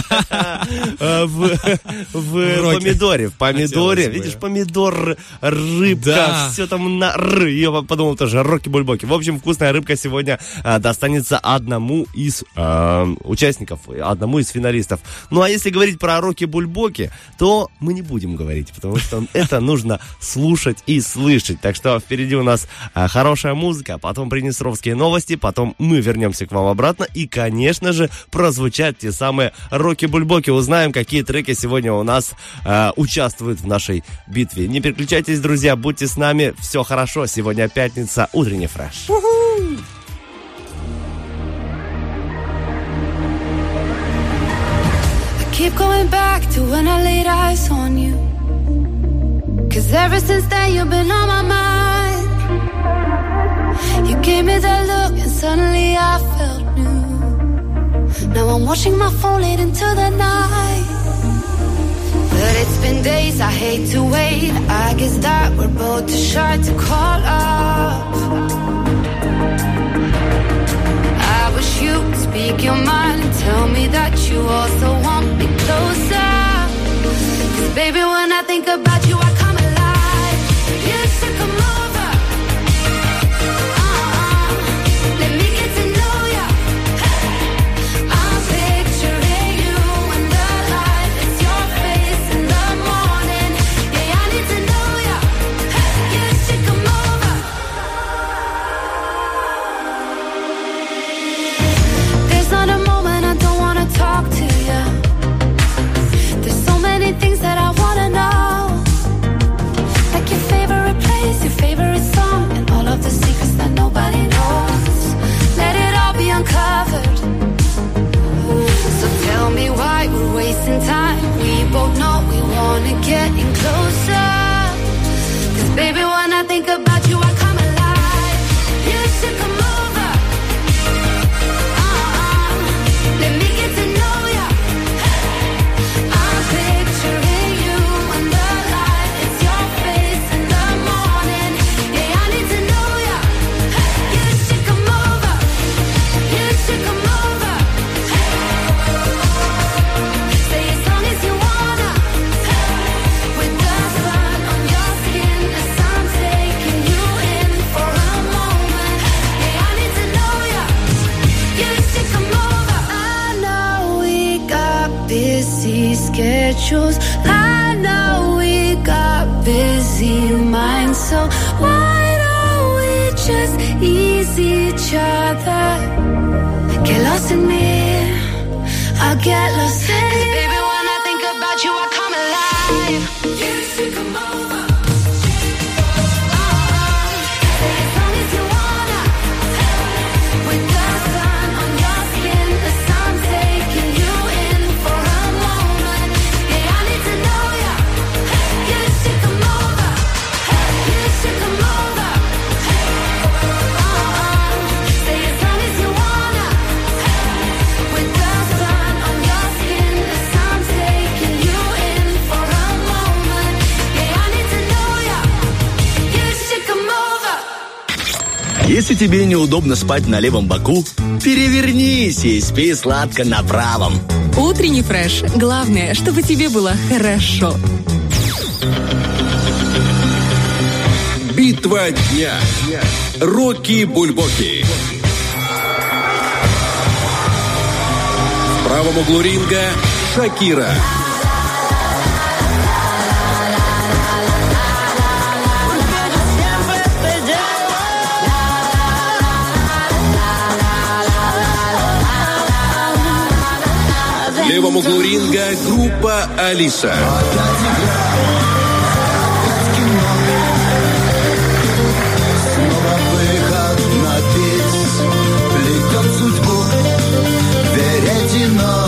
В помидоре. В помидоре. Видишь, помидор, рыбка, все там на р. Я подумал тоже, Роки-Бульбоки. В общем, вкусная рыбка сегодня достанется одному из участников, одному из финалистов. Ну, а если говорить про Роки-Бульбоки, то мы не будем говорить, потому что это нужно слушать и слышать. Так что впереди у нас а, хорошая музыка, потом приднестровские новости, потом мы вернемся к вам обратно и, конечно же, прозвучат те самые Роки-Бульбоки. Узнаем, какие треки сегодня у нас а, участвуют в нашей битве. Не переключайтесь, друзья, будьте с нами. Все хорошо. Сегодня пятница, утренний фреш. Cause ever since then you've been on my mind. You gave me that look and suddenly I felt new. Now I'm watching my phone late into the night. But it's been days, I hate to wait. I guess that we're both too shy to call up. I wish you could speak your mind and tell me that you also want me closer. Cause baby, when I think about you, I come alive. You should come over. Uh-uh. Let me get to know ya. Hey. I'm picturing you in the light. It's your face in the morning. Yeah, I need to know ya. Hey. You should come over. There's not a moment I don't wanna talk to ya. There's so many things that I wanna know. Like your favorite place, your favorite song, and all of the secrets that nobody knows. Let it all be uncovered. So tell me why we're wasting time. We both know we wanna get in closer. Cause baby, when I think about you, I come alive. You should come over. Uh-uh. Let me get to know ya. I'm picturing you in the light. It's your face in the morning. Yeah, I need to know ya. You should come over. You should come over. Say as long as you wanna. With the sun on your skin as I'm taking you in for a moment. Yeah, schedules. I know we got busy minds, so why don't we just ease each other? Get lost in me, I'll get lost in you. 'Cause baby, when I think about you, I come alive. You should come over. Если тебе неудобно спать на левом боку, перевернись и спи сладко на правом. Утренний фреш. Главное, чтобы тебе было хорошо. Битва дня. Рокки Бульбоки. В правом углу ринга Шакира. В левом углу ринга группа Алиса. Снова выход на бис, плетет судьбу веретено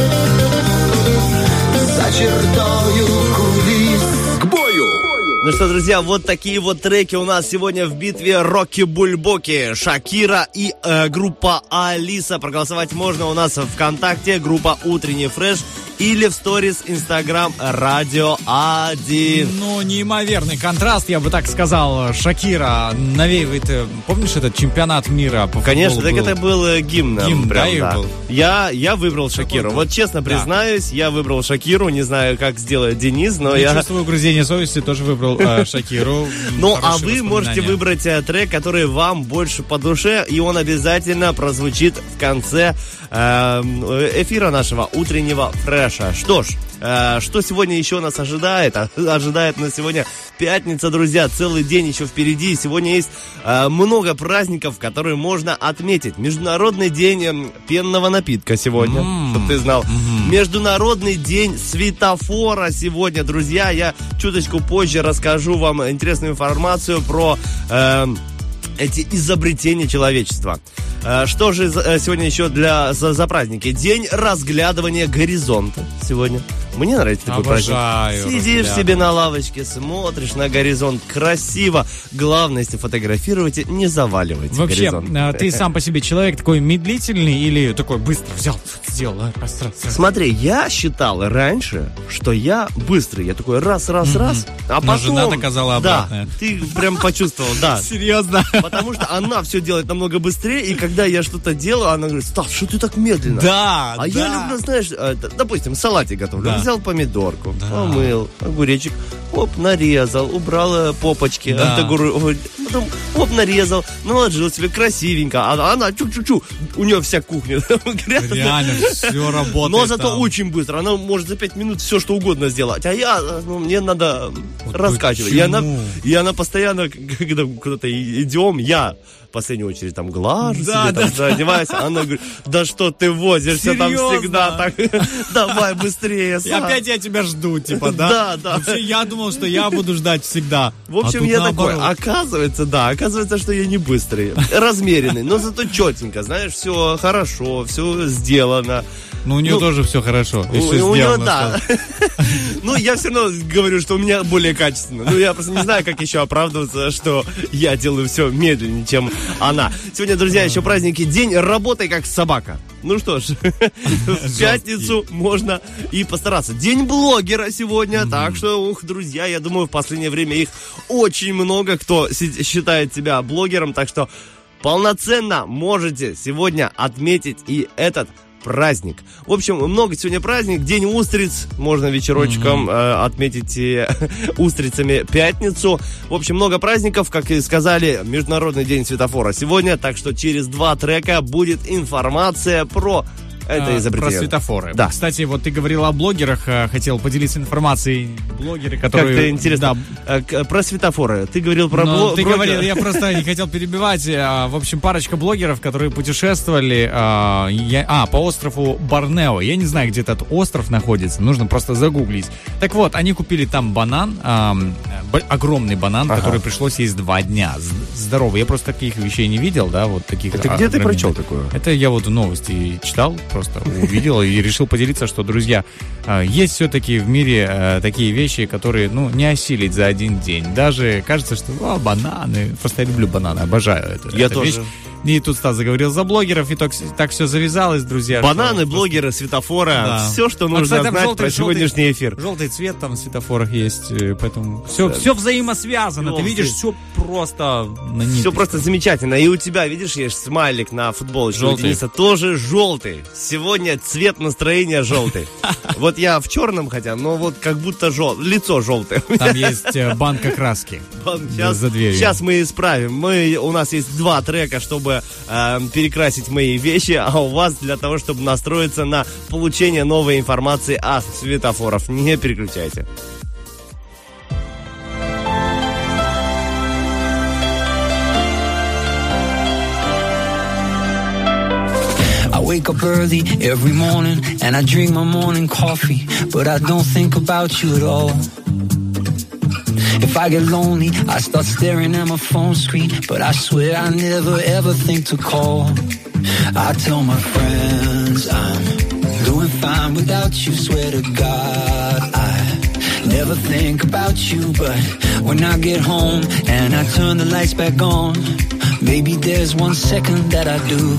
за чертою кулис. К бою! Ну что, друзья, вот такие вот треки у нас сегодня в битве Рокки Бульбоки. Шакира и э, группа Алиса. Проголосовать можно у нас в ВКонтакте, группа Утренний фреш, или в сторис Инстаграм Радио один. Ну, неимоверный контраст, я бы так сказал. Шакира навеивает, помнишь этот чемпионат мира по Конечно, футболу так был? это был э, гимн. Гимн, прям, да, и да. был? Я, я выбрал Шакиру. Вот честно признаюсь, да. я выбрал Шакиру. Не знаю, как сделает Денис, но я... я... чувствую угрызение совести, тоже выбрал э, Шакиру. Ну, а вы можете выбрать э, трек, который вам больше по душе, и он обязательно прозвучит в конце э, эфира нашего утреннего фреша. Что ж, э, что сегодня еще нас ожидает? А, ожидает нас сегодня пятница, друзья, целый день еще впереди. Сегодня есть э, много праздников, которые можно отметить. Международный день э, пенного напитка сегодня, mm-hmm. чтобы ты знал. Mm-hmm. Международный день светофора сегодня, друзья. Я чуточку позже расскажу вам интересную информацию про э, эти изобретения человечества. Э, что же э, сегодня еще для, за, за праздники? День разглядывания горизонта сегодня. Мне нравится такой Обожаю праздник. Сидишь себе на лавочке, смотришь на горизонт, красиво. Главное, если фотографируете, не заваливайте вообще, горизонт. Вообще, ты сам по себе человек такой медлительный или такой быстро взял, сделал, а, пространство? Смотри, я считал раньше, что я быстрый. Я такой раз, раз, mm-hmm. раз. А Но потом... жена доказала обратное. Да, ты прям почувствовал, да. Серьезно? Потому что она все делает намного быстрее, и когда я что-то делаю, она говорит: Стас, что ты так медленно? Да, А да. я люблю, знаешь, допустим, салатик готовлю. Да. Взял помидорку, Да. помыл, огуречек, оп, нарезал, убрал попочки, Да. от огур... потом оп, нарезал, наложил себе красивенько. А она чу-чу-чу, у нее вся кухня грязная. Реально, все работает. Но зато там. очень быстро. Она может за пять минут все, что угодно сделать. А я, ну, мне надо Вот раскачивать. И почему? она, и она постоянно, когда куда-то идем, я в последнюю очередь там глажу Да, себе, да, там, да. одеваюсь. Она говорит: да что ты возишься там Серьезно? всегда так. Давай быстрее, И Саш. опять я тебя жду, типа, да? Да, да. Вообще, я думал, что я буду ждать всегда. В общем, А тут я наоборот. такой, оказывается, да, оказывается, что я не быстрый, размеренный, но зато четенько, знаешь, все хорошо, все сделано. Ну, у нее Ну, тоже все хорошо. У, Еще у него, сделано, да. Ну, я все равно говорю, что у меня более качественно. Ну, я просто не знаю, как еще оправдываться, что я делаю все медленнее, чем она. Сегодня, друзья, еще праздники. День работай как собака. Ну что ж, в пятницу можно и постараться. День блогера сегодня, так что, ух, друзья, я думаю, в последнее время их очень много, кто си- считает себя блогером, так что полноценно можете сегодня отметить и этот праздник. В общем, много сегодня праздник. День устриц. Можно вечерочком mm-hmm. э, отметить и устрицами пятницу. В общем, много праздников. Как и сказали, Международный день светофора сегодня. Так что через два трека будет информация про Это изобретение. Про светофоры. Да. Кстати, вот ты говорил о блогерах, хотел поделиться информацией. Блогеры, которые... Как-то интересно. Да. Про светофоры. Ты говорил про блогеров. Ты говорил, я просто не хотел перебивать. В общем, парочка блогеров, которые путешествовали а, я, а, по острову Борнео. Я не знаю, где этот остров находится. Нужно просто загуглить. Так вот, они купили там банан, а, огромный банан, ага. который пришлось есть два дня. Здоровый. Я просто таких вещей не видел, да, вот таких. Это где ты прочел такое? Это я вот в новости читал, просто увидел и решил поделиться, что, друзья, есть все-таки в мире такие вещи, которые, ну, не осилить за один день. Даже кажется, что, о, бананы. Просто я люблю бананы, обожаю это. Я эту тоже. Вещь. И тут Стас заговорил за блогеров, и так, так все завязалось, друзья. Бананы, что... блогеры, светофоры, да. Все, что нужно а, кстати, знать желтый, про сегодняшний желтый, эфир. Желтый цвет там в светофорах есть, поэтому все, да. все взаимосвязано. Желтый. Ты видишь, все просто на ниточку. Все просто замечательно. И у тебя, видишь, есть смайлик на футболочке. Желтый. У Дениса тоже желтый. Сегодня цвет настроения желтый. Вот я в черном хотя, но вот как будто желтый. Лицо желтое. Там есть банка краски за дверью. Сейчас мы исправим. Мы, у нас есть два трека, чтобы э, перекрасить мои вещи, а у вас для того, чтобы настроиться на получение новой информации о светофорах. Не переключайте. Wake up early every morning and I drink my morning coffee, but I don't think about you at all. If I get lonely, I start staring at my phone screen, but I swear I never ever think to call. I tell my friends I'm doing fine without you, swear to God I never think about you, but when I get home and I turn the lights back on, maybe there's one second that I do.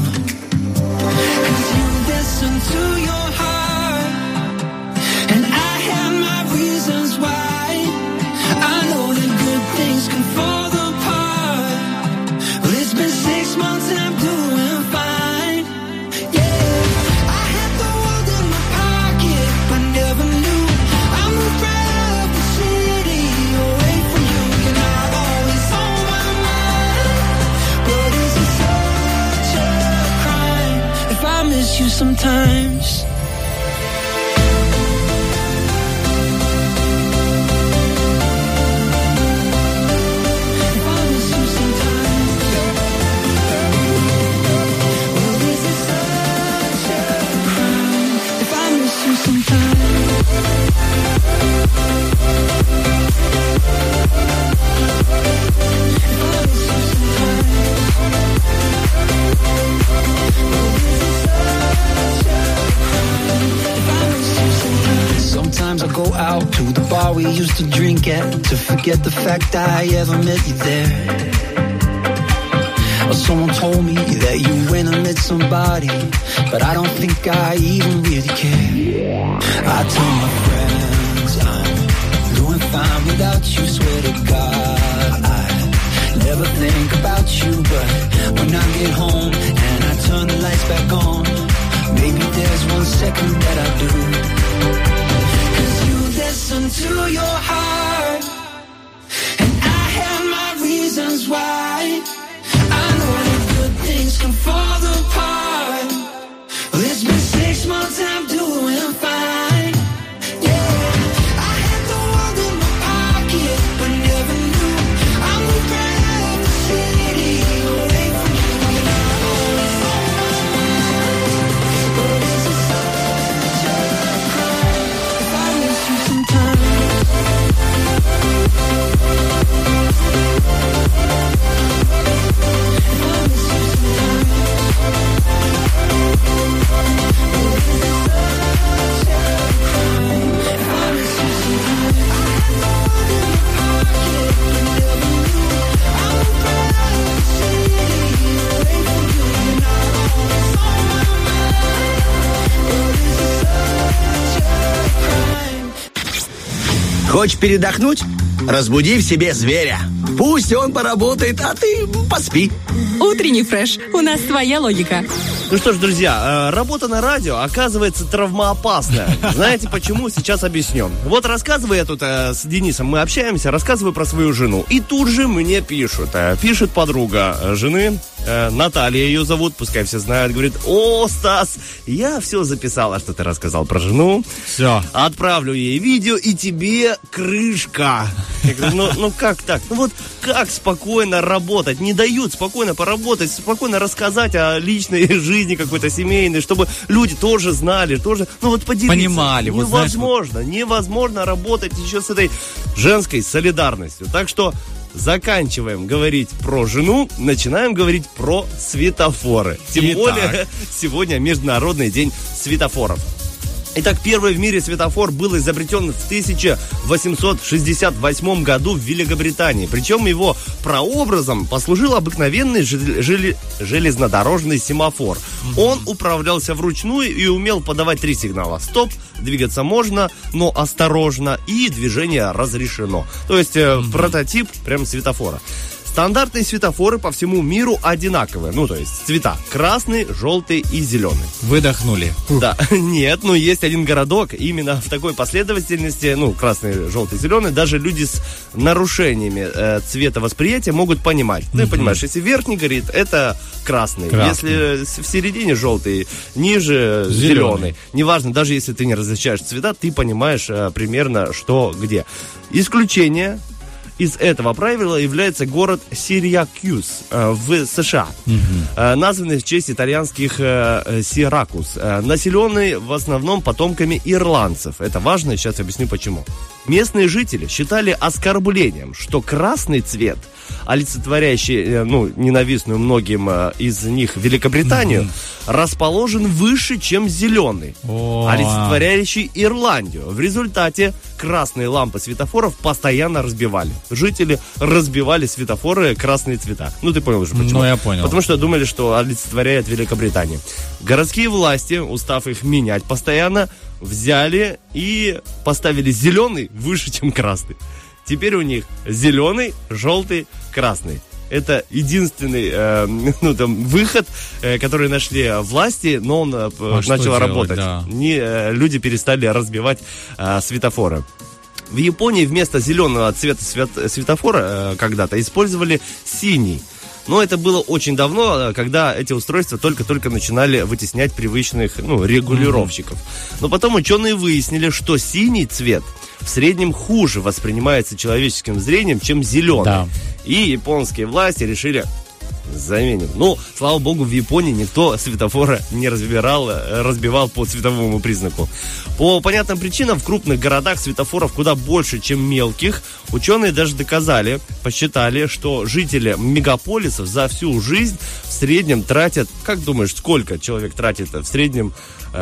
Listen to your heart, and I have my reasons why. I know that good things can fall apart. Well, it's been six months and I'm doing fine. Yeah, I had the world in my pocket, but never knew I moved right out of the city away from you. You're not always on my mind, but is it such a crime if I miss you sometimes? Sometimes I go out to the bar we used to drink at to forget the fact I ever met you there. Or someone told me that you went and met somebody, but I don't think I even really care. I tell my friends I'm doing fine without you, swear to God I never think about you, but when I get home and I turn the lights back on, maybe there's one second that I do. Listen to your heart, and I have my reasons why. I know that good things can fall apart. Well, it's been six months and I'm doing fine. Yeah, I had the world in my pocket, but never knew I moved right out of the city away from you. You're not always on my mind, but is it such a crime if I miss you sometimes? Хочешь передохнуть? Разбуди в себе зверя. Пусть он поработает, а ты поспи. Утренний фреш. У нас своя логика. Ну что ж, друзья, работа на радио оказывается травмоопасная. Знаете почему? Сейчас объясню. Вот рассказываю я тут с Денисом, мы общаемся, рассказываю про свою жену. И тут же мне пишут. Пишет подруга жены, Наталья ее зовут, пускай все знают, говорит: о, Стас, я все записала, что ты рассказал про жену. Все. Отправлю ей видео, и тебе крышка. Я говорю, ну, ну как так? Ну вот как спокойно работать? Не дают спокойно поработать, спокойно рассказать о личной жизни какой-то семейной, чтобы люди тоже знали, тоже, ну вот поделиться. Понимали. Невозможно, вот, знаешь, невозможно работать еще с этой женской солидарностью. Так что заканчиваем говорить про жену, начинаем говорить про светофоры. Тем Итак. более сегодня Международный день светофоров. Итак, первый в мире светофор был изобретен в тысяча восемьсот шестьдесят восьмом году в Великобритании. Причем его прообразом послужил обыкновенный жел- жел- железнодорожный семафор. Mm-hmm. Он управлялся вручную и умел подавать три сигнала: стоп, двигаться можно, но осторожно, и движение разрешено. То есть э, mm-hmm. прототип прям светофора. Стандартные светофоры по всему миру одинаковые. Ну, то есть цвета: красный, желтый и зеленый. Выдохнули. Да, нет, но есть один городок именно в такой последовательности, ну, красный, желтый, зеленый. Даже люди с нарушениями э, цвета восприятия могут понимать. Ты mm-hmm. понимаешь, если верхний горит, это красный. красный. Если в середине желтый, ниже зеленый. зеленый. Неважно, даже если ты не различаешь цвета, ты понимаешь э, примерно, что где. Исключение из этого правила является город Сиракьюз э, в США, mm-hmm. э, названный в честь итальянских э, Сиракуз, э, населенный в основном потомками ирландцев. Это важно, сейчас объясню почему. Местные жители считали оскорблением, что красный цвет, олицетворяющий, ну, ненавистную многим из них Великобританию, mm-hmm. расположен выше, чем зеленый, oh. олицетворяющий Ирландию. В результате красные лампы светофоров постоянно разбивали. Жители разбивали светофоры красные цвета. Ну, ты понял уже почему? Ну, я понял. Потому что думали, что олицетворяет Великобританию. Городские власти, устав их менять постоянно, взяли и поставили зеленый выше, чем красный. Теперь у них зеленый, желтый, красный. Это единственный э, ну, там, выход, э, который нашли власти, но он э, а начал работать. Да. Не, э, люди перестали разбивать э, светофоры. В Японии вместо зеленого цвета свет, светофора э, когда-то использовали синий. Но это было очень давно, когда эти устройства только-только начинали вытеснять привычных, ну, регулировщиков. Но потом ученые выяснили, что синий цвет в среднем хуже воспринимается человеческим зрением, чем зеленый. Да. И японские власти решили: заменим. Ну, слава богу, в Японии никто светофора не разбирал, разбивал по цветовому признаку. По понятным причинам в крупных городах светофоров куда больше, чем мелких. Ученые даже доказали, посчитали, что жители мегаполисов за всю жизнь в среднем тратят, как думаешь, сколько человек тратит в среднем,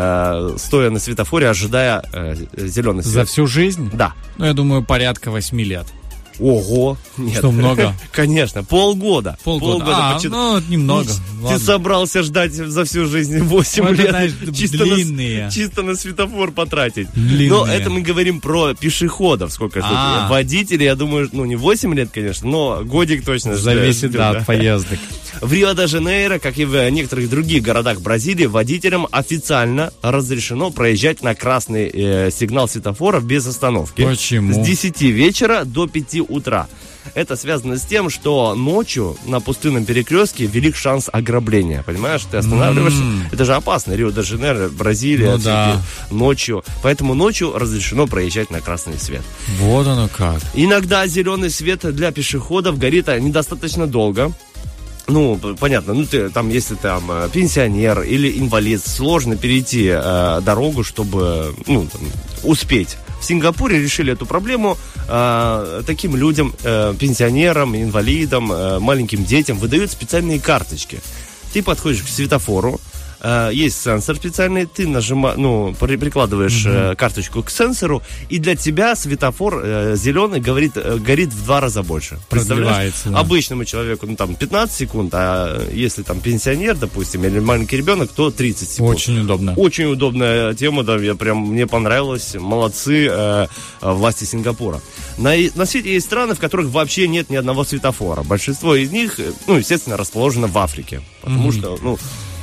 э, стоя на светофоре, ожидая э, зеленый свет? За всю жизнь? Да. Ну, я думаю, порядка восьми лет. Ого! Нет. Что, много? Конечно, полгода. Полгода, полгода а, почти... ну, немного. Ты Ладно. собрался ждать за всю жизнь восемь вот лет. Знаешь, чисто, длинные. на, чисто на светофор потратить. Длинные. Но это мы говорим про пешеходов. Сколько А. водителей, я думаю, ну не восемь лет, конечно, но годик точно. Зависит, да, от поездок. В Рио-де-Жанейро, как и в некоторых других городах Бразилии, водителям официально разрешено проезжать на красный э, сигнал светофора без остановки. Почему? С десяти вечера до пяти утра. Это связано с тем, что ночью на пустынном перекрестке велик шанс ограбления. Понимаешь, ты останавливаешься. Mm. Это же опасно. Рио-де-Жанейро, Бразилия, ну, да. ночью. Поэтому ночью разрешено проезжать на красный свет. Вот оно как. Иногда зеленый свет для пешеходов горит недостаточно долго. Ну, понятно, ну ты там, если там пенсионер или инвалид, сложно перейти э, дорогу, чтобы, ну, там, успеть. В Сингапуре решили эту проблему. Э, таким людям, э, пенсионерам, инвалидам, э, маленьким детям выдают специальные карточки. Ты подходишь к светофору, э, есть сенсор специальный, ты нажимаешь, ну, при, прикладываешь mm-hmm. э, карточку к сенсору, и для тебя светофор э, зеленый говорит, э, горит в два раза больше. Представляешь? Да. Обычному человеку, ну, там, пятнадцать секунд, а если там пенсионер, допустим, или маленький ребенок, то тридцать секунд. Очень удобно. Очень удобная тема, да, я прям, мне понравилось. Молодцы э, власти Сингапура. На, на свете есть страны, в которых вообще нет ни одного светофора. Большинство из них, ну, естественно, расположено в Африке. Потому mm-hmm. что, ну,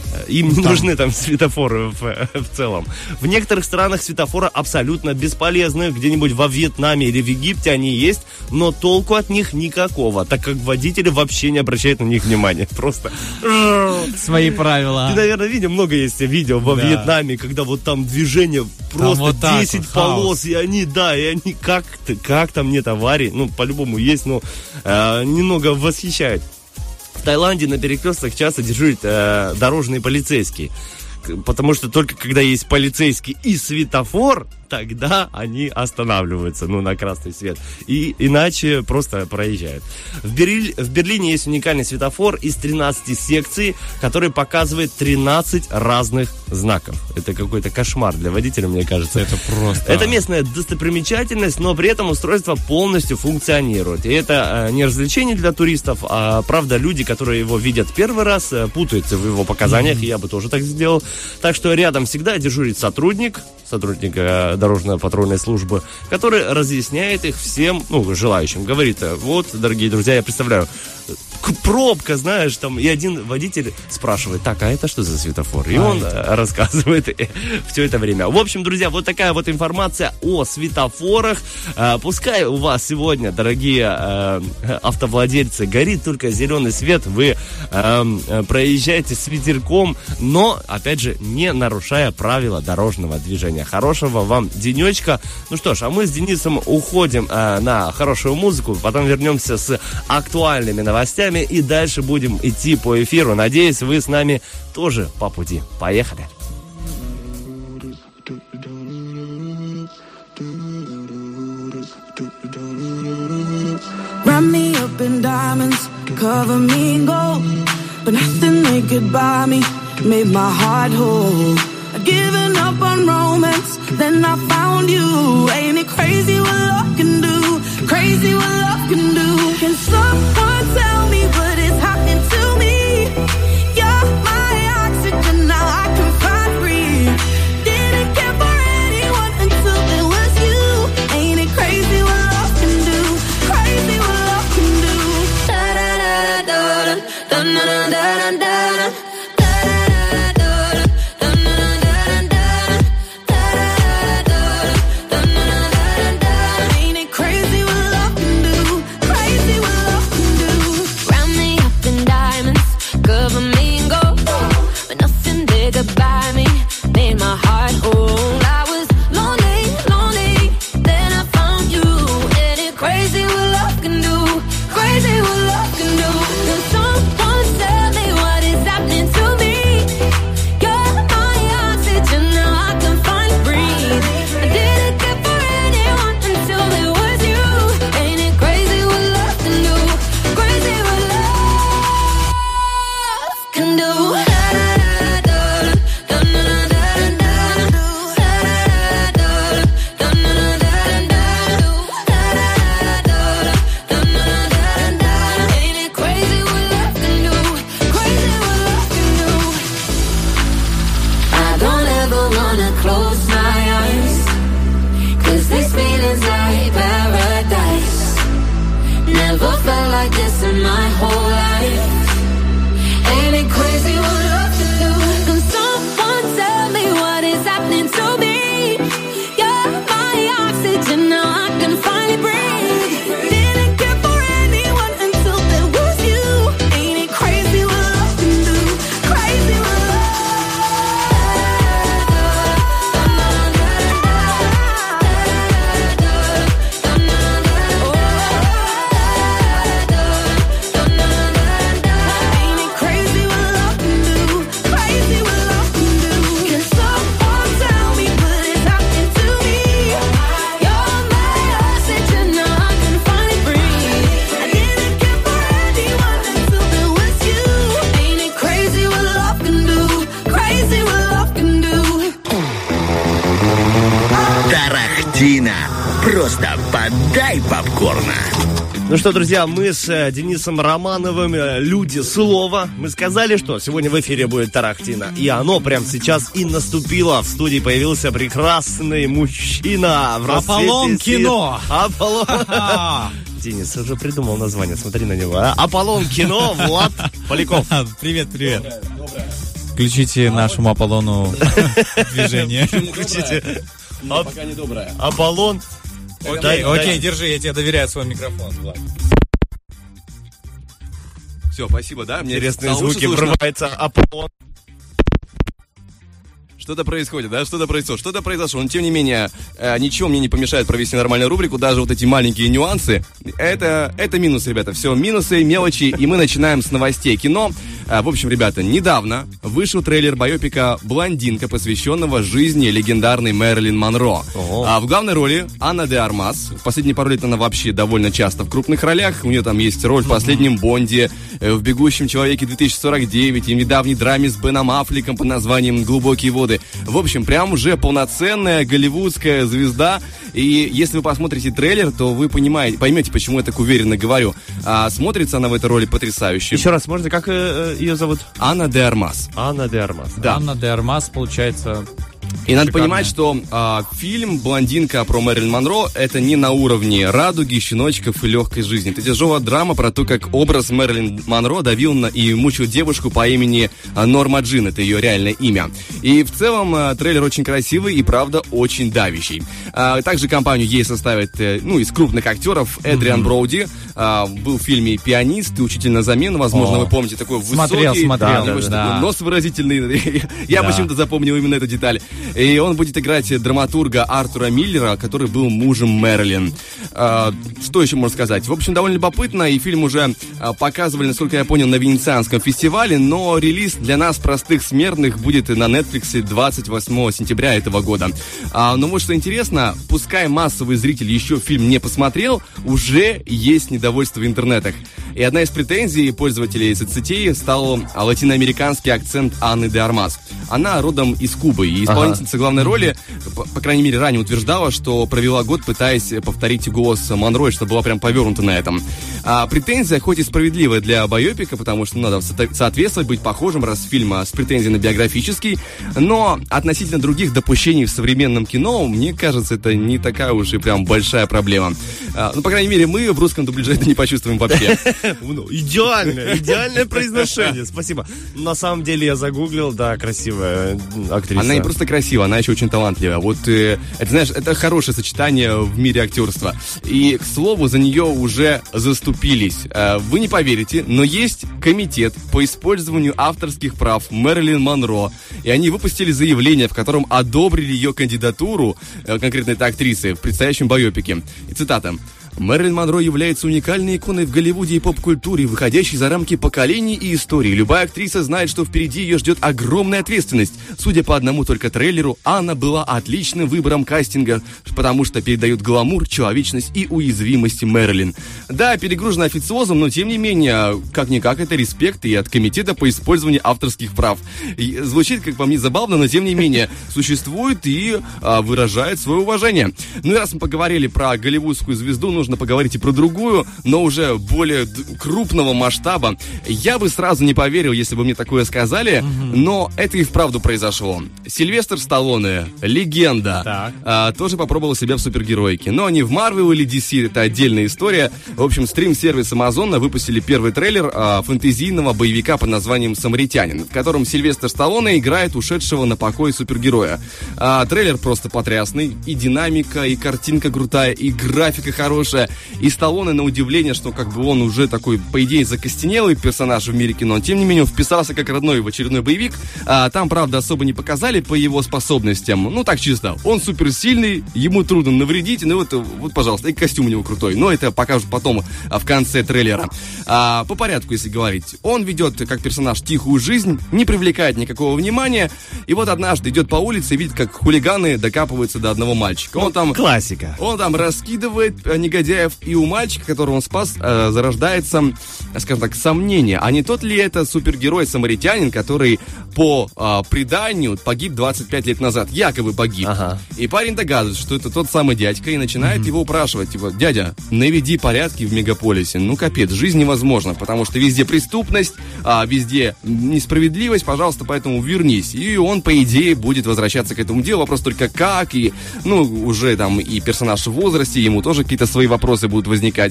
Им не нужны там светофоры в, в целом. В некоторых странах светофоры абсолютно бесполезны. Где-нибудь во Вьетнаме или в Египте они есть, но толку от них никакого, так как водители вообще не обращают на них внимания. Просто... Свои правила. Ты, наверное, видел, много есть видео во да. Вьетнаме, когда вот там движение просто вот десять вот, полос, хаос. И они, да, и они как, как там нет аварий, ну, по-любому есть, но э, немного восхищает. В Таиланде на перекрестках часто дежурят э, дорожные полицейские, потому что только когда есть полицейский и светофор, тогда они останавливаются, ну, на красный свет. И иначе просто проезжают. В, Берль... в Берлине есть уникальный светофор из тринадцати секций, который показывает тринадцать разных знаков. Это какой-то кошмар для водителя, мне кажется. Это просто... Это местная достопримечательность, но при этом устройство полностью функционирует. И это э, не развлечение для туристов, а, правда, люди, которые его видят первый раз, э, путаются в его показаниях, mm-hmm. и я бы тоже так сделал. Так что рядом всегда дежурит сотрудник, сотрудник э, дорожно-патрульной службы, который разъясняет их всем, ну, желающим. Говорит, вот, дорогие друзья, я представляю, пробка, знаешь, там, и один водитель спрашивает, так, а это что за светофор? И а он это... рассказывает все это время. В общем, друзья, вот такая вот информация о светофорах. А, пускай у вас сегодня, дорогие а, автовладельцы, горит только зеленый свет, вы а, проезжаете с ветерком, но, опять же, не нарушая правила дорожного движения. Хорошего вам денечка. Ну что ж, а мы с Денисом уходим а, на хорошую музыку, потом вернемся с актуальными новостями и дальше будем идти по эфиру. Надеюсь, вы с нами тоже по пути. Поехали. Wrap me up in diamonds, cover me in gold, but nothing they could buy me made my heart whole. I'd given up on romance, then I found you. Ain't it crazy what love can do? Crazy what love can do. Can someone tell me what is happening to me? You're my oxygen, now I can find breathe. Didn't care for anyone until there was you. Ain't it crazy what love can do? Crazy what love can do. Da da da da da da da da da da. By me, made my heart whole. I was lonely, lonely, then I found you. Ain't it crazy what love can do? Crazy what love can do. Can someone tell me what is happening to me? You're my oxygen, now I can finally breathe. I didn't care for anyone until it was you. Ain't it crazy what love can do? Crazy what love can do. Like this in my whole life. Ain't it crazy what love can do? Can someone tell me what is happening to me? You're my oxygen, now I can finally breathe. Didn't care for anyone until there was you. Ain't it crazy what love can do? Crazy what love. Тарахтина. Просто подай попкорна. Ну что, друзья, мы с э, Денисом Романовым, э, люди слова. Мы сказали, что сегодня в эфире будет Тарахтина. И оно прямо сейчас и наступило. В студии появился прекрасный мужчина. В Аполлон Кино. Аполлон. Денис уже придумал название, смотри на него. А? Аполлон Кино, Влад Поляков. Привет, привет. Включите нашему Аполлону движение. Включите. Пока не добрая. Аполлон. Окей, окей, держи, я тебе доверяю свой микрофон. Все, спасибо, да? Мне интересные звуки, врывается Аполлон. Что-то происходит, да? Что-то произошло. Что-то произошло. Но, тем не менее, э, ничего мне не помешает провести нормальную рубрику. Даже вот эти маленькие нюансы. Это, это минусы, ребята. Все, минусы, мелочи. И мы начинаем с новостей кино. Э, в общем, ребята, недавно вышел трейлер байопика «Блондинка», посвященного жизни легендарной Мэрилин Монро. А в главной роли Анна де Армас. В последние пару лет она вообще довольно часто в крупных ролях. У нее там есть роль в «Последнем Бонде», э, в «Бегущем человеке две тысячи сорок девять» и в недавней драме с Беном Аффлеком под названием «Глубокие воды». В общем, прям уже полноценная голливудская звезда. И если вы посмотрите трейлер, то вы понимаете, поймете, почему я так уверенно говорю. А, смотрится она в этой роли потрясающе. Еще раз, можно, как э, ее зовут? Анна де Армас. Анна де Армас. Да. Анна де Армас, получается... И надо понимать, что а, фильм «Блондинка» про Мэрилин Монро — это не на уровне радуги, щеночков и легкой жизни. Это тяжелая драма про то, как образ Мэрилин Монро давил на и мучил девушку по имени а, Норма Джин. Это ее реальное имя. И в целом а, трейлер очень красивый и, правда, очень давящий. А, также компанию ей составит, э, ну, из крупных актеров Эдриан mm-hmm. Броуди. А, был в фильме «Пианист» и «Учитель на замену». Возможно, О. вы помните, такой смотрел, высокий. Смотрел, да, да. Такой нос выразительный. Я да. почему-то запомнил именно эту деталь. И он будет играть драматурга Артура Миллера, который был мужем Мэрилин. А, что еще можно сказать? В общем, довольно любопытно, и фильм уже а, показывали, насколько я понял, на Венецианском фестивале, но релиз для нас, простых смертных, будет на Netflix двадцать восьмого сентября этого года. А, но вот что интересно, пускай массовый зритель еще фильм не посмотрел, уже есть недовольство в интернетах. И одна из претензий пользователей соцсетей стал латиноамериканский акцент Анны де Армас. Она родом из Кубы, и исполнительница ага. главной роли, по, по крайней мере, ранее утверждала, что провела год, пытаясь повторить голос Монро, что была прям повернута на этом. А претензия, хоть и справедливая для байопика, потому что надо соответствовать, быть похожим, раз фильм с претензией на биографический, но относительно других допущений в современном кино, мне кажется, это не такая уж и прям большая проблема. А, ну, по крайней мере, мы в русском дубляже это не почувствуем вообще. Идеальное, идеальное произношение, спасибо. На самом деле я загуглил, да, красивая актриса. Она не просто красивая, она еще очень талантливая. Вот, э, это, знаешь, это хорошее сочетание в мире актерства. И, к слову, за нее уже заступились. Э, вы не поверите, но есть комитет по использованию авторских прав Мэрилин Монро. И они выпустили заявление, в котором одобрили ее кандидатуру, э, конкретно этой актрисы, в предстоящем байопике. И цитата. Мэрилин Монро является уникальной иконой в Голливуде и поп-культуре, выходящей за рамки поколений и историй. Любая актриса знает, что впереди ее ждет огромная ответственность. Судя по одному только трейлеру, Анна была отличным выбором кастинга, потому что передает гламур, человечность и уязвимость Мэрилин. Да, перегружена официозом, но тем не менее, как-никак, это респект и от комитета по использованию авторских прав. И звучит, как по мне, забавно, но тем не менее, существует и а, выражает свое уважение. Ну и раз мы поговорили про голливудскую звезду, нужно поговорить и про другую, но уже более крупного масштаба. Я бы сразу не поверил, если бы мне такое сказали, mm-hmm. но это и вправду произошло. Сильвестр Сталлоне, легенда, а, тоже попробовал себя в супергероике. Но не в Marvel или ди си, это отдельная история. В общем, стрим-сервис Amazon выпустили первый трейлер а, фэнтезийного боевика под названием «Самаритянин», в котором Сильвестр Сталлоне играет ушедшего на покой супергероя. А, трейлер просто потрясный. И динамика, и картинка крутая, и графика хорошая. И Сталлоне, на удивление, что как бы он уже такой, по идее, закостенелый персонаж в мире кино, но тем не менее он вписался как родной в очередной боевик. А, там, правда, особо не показали по его способностям. Ну, так чисто. Он суперсильный, ему трудно навредить, ну вот, вот, пожалуйста, и костюм у него крутой. Но это покажут потом а, в конце трейлера. А, по порядку, если говорить. Он ведет, как персонаж, тихую жизнь, не привлекает никакого внимания. И вот однажды идет по улице и видит, как хулиганы докапываются до одного мальчика. Он там... Классика. Он там раскидывает негодяев, и у мальчика, которого он спас, э, зарождается, скажем так, сомнение, а не тот ли это супергерой-самаритянин, который по э, преданию погиб двадцать пять лет назад, якобы погиб. Ага. И парень догадывается, что это тот самый дядька, и начинает mm-hmm. его упрашивать, типа, дядя, наведи порядки в мегаполисе. Ну, капец, жизнь невозможна, потому что везде преступность, а везде несправедливость, пожалуйста, поэтому вернись. И он, по идее, будет возвращаться к этому делу, вопрос только как, и, ну, уже там и персонаж в возрасте, ему тоже какие-то свои вопросы будут возникать.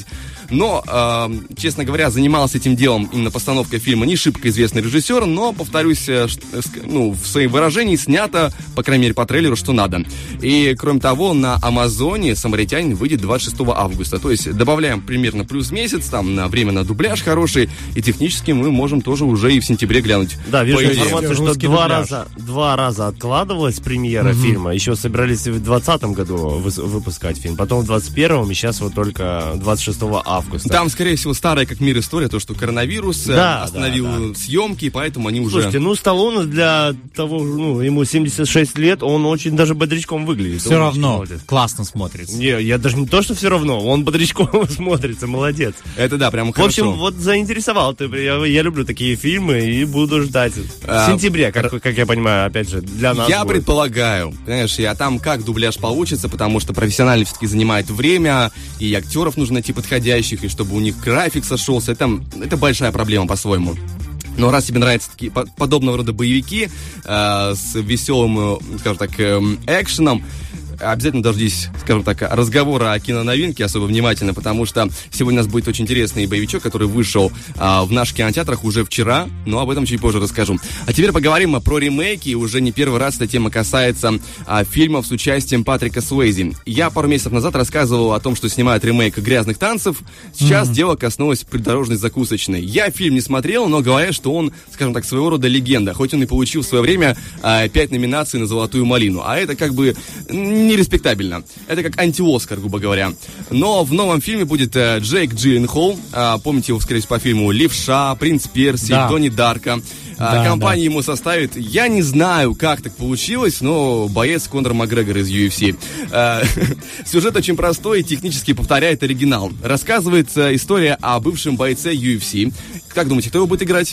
Но, э, честно говоря, занимался этим делом именно постановкой фильма не шибко известный режиссер, но, повторюсь, э, ну, в своем выражении снято, по крайней мере, по трейлеру, что надо. И, кроме того, на Амазоне «Самаритянин» выйдет двадцать шестого августа. То есть добавляем примерно плюс месяц, там, на время на дубляж хороший, и технически мы можем тоже уже и в сентябре глянуть. Да, вижу По идее. информацию, что два раза, два раза откладывалась премьера mm-hmm. фильма. Еще собирались в двадцатом году вы- выпускать фильм, потом в двадцать первом, и сейчас вот только двадцать шестого августа. Там, скорее всего, старая как мир история, то, что коронавирус да, остановил да, да. съемки, поэтому они уже... Слушайте, ну, Сталлоне для того, ну, ему семьдесят шесть лет, он очень даже бодрячком выглядит. Все равно классно смотрится. Не, я даже не то, что все равно, он бодрячком смотрится, молодец. Это да, прям В хорошо. общем, вот заинтересовал ты, я, я люблю такие фильмы и буду ждать. В сентябре, как, как я понимаю, опять же, для нас Я будет. предполагаю, понимаешь, я там как дубляж получится, потому что профессионально все-таки занимает время, и актеров нужно найти подходящих, и чтобы у них график сошелся, это, это большая проблема по-своему. Но раз тебе нравятся такие по- подобного рода боевики э, с веселым, э, скажем так, э, экшеном, обязательно дождись, скажем так, разговора о киноновинке особо внимательно, потому что сегодня у нас будет очень интересный боевичок, который вышел а, в наших кинотеатрах уже вчера, но об этом чуть позже расскажу. А теперь поговорим про ремейки, уже не первый раз эта тема касается а, фильмов с участием Патрика Суэйзи. Я пару месяцев назад рассказывал о том, что снимают ремейк «Грязных танцев», сейчас mm-hmm. дело коснулось «Придорожной закусочной». Я фильм не смотрел, но говорят, что он, скажем так, своего рода легенда, хоть он и получил в свое время а, пять номинаций на «Золотую малину», а это как бы нереспектабельно. Это как анти-Оскар, грубо говоря. Но в новом фильме будет э, Джейк Джилленхол. Э, помните его, скорее всего, по фильму «Левша», «Принц Персии», да. «Донни Дарка». Да, компания да. ему составит. Я не знаю, как так получилось, но боец Конор Макгрегор из ю эф си. Э, сюжет очень простой и технически повторяет оригинал. Рассказывается история о бывшем бойце ю эф си. Как думаете, кто его будет играть?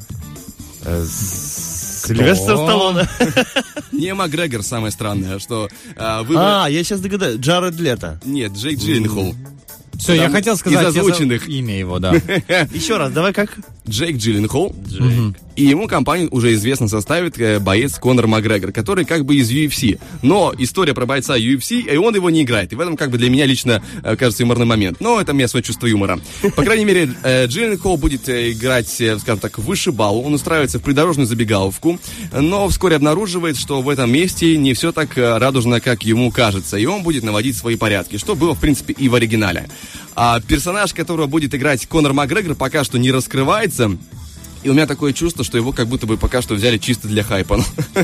Сильвестр Сталлоне. Не Макгрегор, самое странное, что... А, выбор... а я сейчас догадаюсь. Джаред Лето. Нет, Джейк Джилленхол. Все, я хотел сказать из озвученных. Имя его, да. Еще раз, давай как? Джейк Джилленхол. Джейк. И ему компанию уже известно составит э, боец Конор Макгрегор, который как бы из ю эф си. Но история про бойца ю эф си, и он его не играет. И в этом как бы для меня лично э, кажется юморный момент. Но это у меня свое чувство юмора. По крайней мере, э, Джилленхол будет э, играть, э, скажем так, выше балл. Он устраивается в придорожную забегаловку, но вскоре обнаруживает, что в этом месте не все так э, радужно, как ему кажется. И он будет наводить свои порядки, что было, в принципе, и в оригинале. А персонаж, которого будет играть Конор Макгрегор, пока что не раскрывается. И у меня такое чувство, что его как будто бы пока что взяли чисто для хайпа.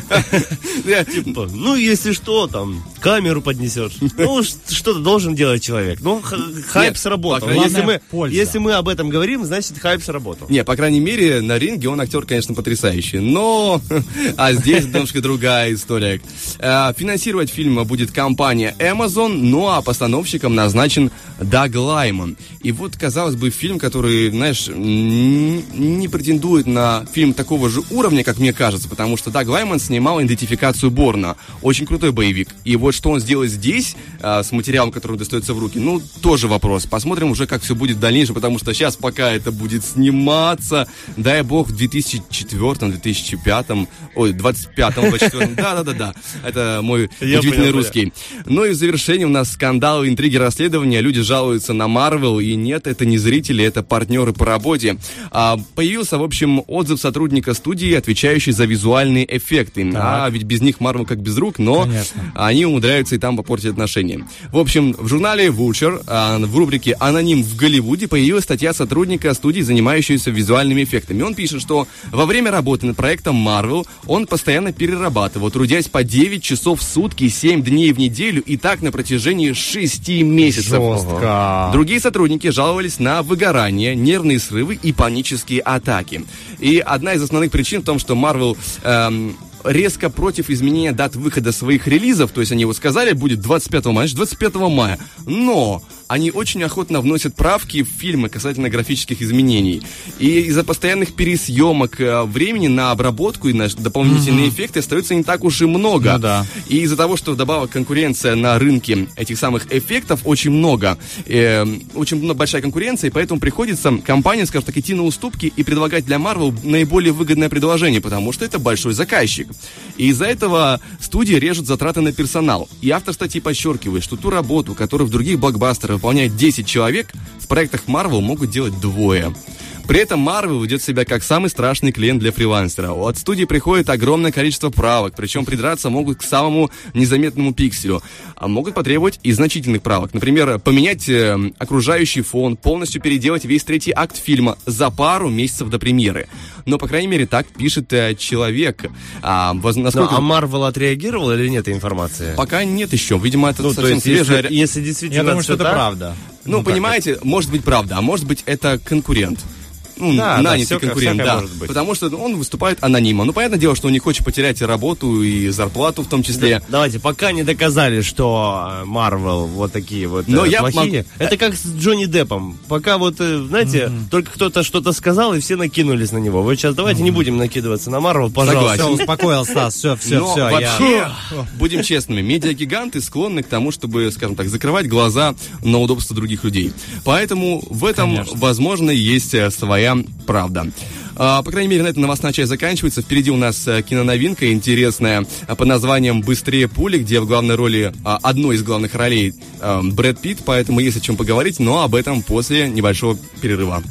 Типа, ну, если что, там, камеру поднесешь. Ну, что-то должен делать человек. Ну, хайп сработал. Если мы об этом говорим, значит, хайп сработал. Не, по крайней мере, на ринге он актер, конечно, потрясающий. Но, а здесь немножко другая история. Финансировать фильм будет компания Amazon, ну, а постановщиком назначен Даг Лайман. И вот, казалось бы, фильм, который, знаешь, не претендует на фильм такого же уровня, как мне кажется, потому что Даг Лайман снимал «Идентификацию Борна». Очень крутой боевик. И вот что он сделает здесь, а, с материалом, который достается в руки, ну, тоже вопрос. Посмотрим уже, как все будет в дальнейшем, потому что сейчас, пока это будет сниматься, дай бог, в две тысячи четвёртом, две тысячи пятом, ой, двадцать пятом, двадцать четвёртом, да-да-да-да, это мой Я удивительный понял, русский. Понял. Ну и в завершении у нас скандалы, интриги, расследования. Люди жалуются на Марвел, и нет, это не зрители, это партнеры по работе. А, появился, в общем, отзыв сотрудника студии, отвечающий за визуальные эффекты. Так. А ведь без них Марвел как без рук, но Конечно. Они умудряются и там попортить отношения. В общем, в журнале Vulture, а, в рубрике «Аноним в Голливуде» появилась статья сотрудника студии, занимающейся визуальными эффектами. Он пишет, что во время работы над проектом Marvel он постоянно перерабатывал, трудясь по девять часов в сутки, семь дней в неделю, и так на протяжении шести месяцев. Жестко. Другие сотрудники жаловались на выгорание, нервные срывы и панические атаки. И одна из основных причин в том, что Marvel эм, резко против изменения дат выхода своих релизов, то есть они его сказали, будет двадцать пятого мая, двадцать пятого мая, но они очень охотно вносят правки в фильмы касательно графических изменений. И из-за постоянных пересъемок времени на обработку и на дополнительные mm-hmm. эффекты остается не так уж и много. Ну, да. И из-за того, что вдобавок конкуренция на рынке этих самых эффектов очень много, э, очень большая конкуренция, и поэтому приходится компании, скажем так, идти на уступки и предлагать для Marvel наиболее выгодное предложение, потому что это большой заказчик. И из-за этого студии режут затраты на персонал. И автор статьи подчеркивает, что ту работу, которую в других блокбастерах выполняет десять человек, в проектах Marvel могут делать двое. При этом Marvel ведет себя как самый страшный клиент для фрилансера. От студии приходит огромное количество правок, причем придраться могут к самому незаметному пикселю. А могут потребовать и значительных правок. Например, поменять э, окружающий фон, полностью переделать весь третий акт фильма за пару месяцев до премьеры. Но, по крайней мере, так пишет э, человек. А, воз, насколько... ну, а Marvel отреагировал или нет информации? Пока нет еще. Видимо, это ну, совсем есть, свежая... Если, если действительно Я думаю, что это так, правда. Ну, ну понимаете, это... может быть правда, а может быть это конкурент. Ну, да, нанятый да, конкурент, да. может быть. Потому что он выступает анонимно. Ну, понятное дело, что он не хочет потерять работу и зарплату в том числе. Да, давайте, пока не доказали, что Marvel вот такие вот Но э, я плохие. мог... Это как с Джонни Деппом. Пока вот, э, знаете, mm-hmm. только кто-то что-то сказал, и все накинулись на него. Вот сейчас давайте mm-hmm. не будем накидываться на Marvel, пожалуйста. Все, успокоил, Стас, все, все, Но все. вообще, я... будем честными, медиагиганты склонны к тому, чтобы, скажем так, закрывать глаза на удобство других людей. Поэтому в этом, Конечно. возможно, есть своя правда. По крайней мере, на этом новостная часть заканчивается. Впереди у нас киноновинка интересная под названием «Быстрее пули», где в главной роли, одной из главных ролей, Брэд Питт, поэтому есть о чем поговорить, но об этом после небольшого перерыва.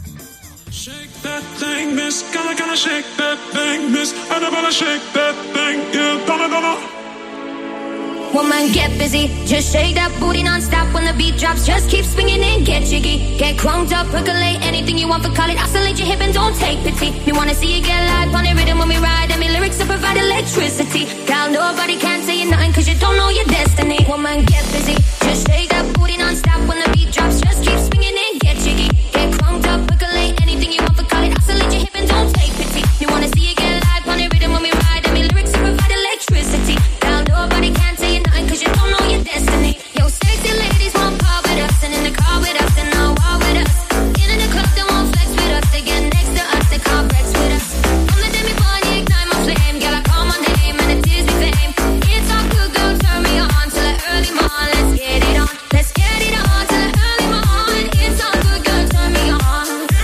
Woman, get busy, just shake that booty non-stop when the beat drops. Just keep swinging and get jiggy. Get crunked up, percolate anything you want for call it. Oscillate your hip and don't take pity. We wanna see you get live on the rhythm when we ride. And me lyrics to provide electricity. Girl, nobody can say you nothing cause you don't know your destiny. Woman, get busy, just shake that booty non-stop when the beat drops. Just keep swinging and get jiggy. Get crunked up, percolate anything you want for call it. Oscillate your hip and don't take pity. We wanna see you get live on the rhythm when we ride. And me lyrics to provide electricity. Girl, nobody can say you nothing cause you don't know your destiny. Yo, sexy ladies want part with us. And in the car with us and all war with us. In the club, they won't flex with us. They get next to us, they can't flex with us. Come let me burn, you ignite my flame. Girl, I call my name and it tears me fame. It's all good, girl, turn me on till the early morn. Let's get it on, let's get it on till the early morn. It's all good, girl, turn me on.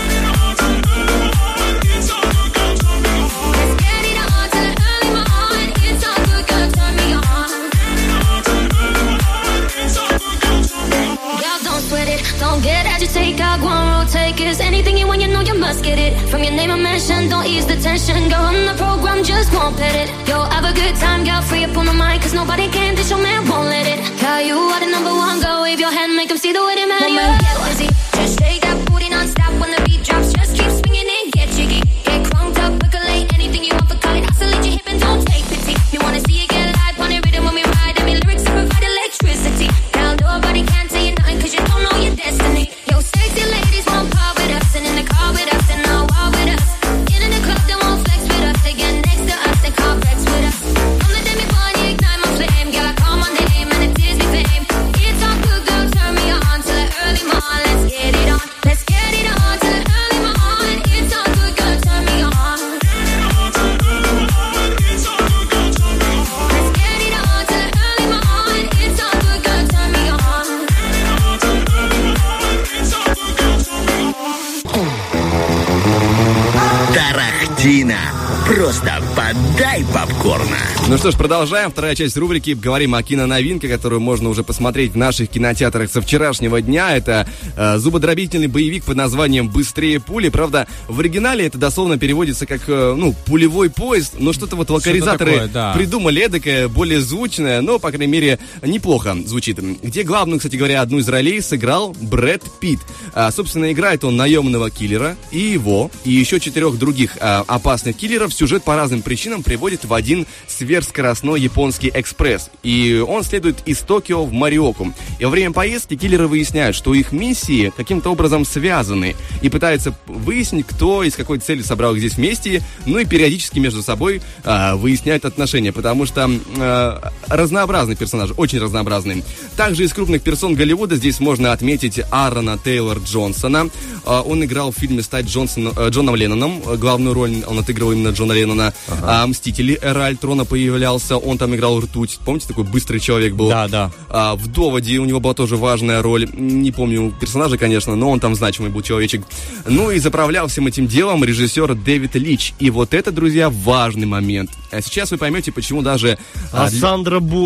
Let's get it on till the early morn. It's all good, girl, turn me on. Girl, don't sweat it, don't get agitated. Got one road takers. Anything you want, you know you must get it. From your name I mention, don't ease the tension. Girl, on the program, just won't pet it. Yo, have a good time, girl, free up on the mic. Cause nobody can, this your man won't let it. Girl, you are the number one, go wave your hand, make them see the way they man you. Get busy, just shake that booty non-stop when the beat drops. Just keep swinging and get jiggy. Get crunked up, percolate anything you want for call it. Oscillate your hip and don't take pity. We wanna see you get live on the rhythm when we ride. And me lyrics to provide electricity. Girl, nobody can say you nothing cause you don't know your destiny. Yo, sexy ladies want part with us. And in the car with us and all war with us. In the club, they won't flex with us. They get next to us, they can't flex with us. Come let me burn, you ignite my flame. Girl, I call my name and it tears me fame. It's all good, girl, turn me on till the early morn. Let's get it on, let's get it on till the early morn. It's all good, girl, turn me on. Let's get it on till the early morn. It's all good, girl, turn me on. Тарахтина. Просто подай попкорна. Ну что ж, продолжаем. Вторая часть рубрики. Говорим о киноновинке, которую можно уже посмотреть в наших кинотеатрах со вчерашнего дня. Это э, зубодробительный боевик под названием «Быстрее пули». Правда, в оригинале это дословно переводится как, э, ну, пулевой поезд. Но что-то вот локализаторы такое, да. придумали эдакое, более звучное, но, по крайней мере, неплохо звучит. Где главную, кстати говоря, одну из ролей сыграл Брэд Питт. А, собственно, играет он наемного киллера, и его, и еще четырех других а, опасных киллеров сюжет по разным причинам приводит в один сверхскоростной японский экспресс. И он следует из Токио в Мориоку. И во время поездки киллеры выясняют, что их миссии каким-то образом связаны. И пытаются выяснить, кто и с какой целью собрал их здесь вместе. Ну и периодически между собой а, выясняют отношения. Потому что а, разнообразный персонаж, очень разнообразный. Также из крупных персон Голливуда здесь можно отметить Аарона Тейлор Джонсона. А, он играл в фильме «Стать Джонсон, э, Джоном Ленноном». Главную роль он отыгрывал именно Джона Леннона. Ага. А, «Мстители» эра Альтрона появлялся, он там играл Ртуть. Помните, такой быстрый человек был? Да, да. А, в «Доводе» у него была тоже важная роль. Не помню персонажа, конечно, но он там значимый был человечек. Ну и заправлял всем этим делом режиссер Дэвид Лич. И вот это, друзья, важный момент. А сейчас вы поймете, почему даже... А, а Сандра Буллок?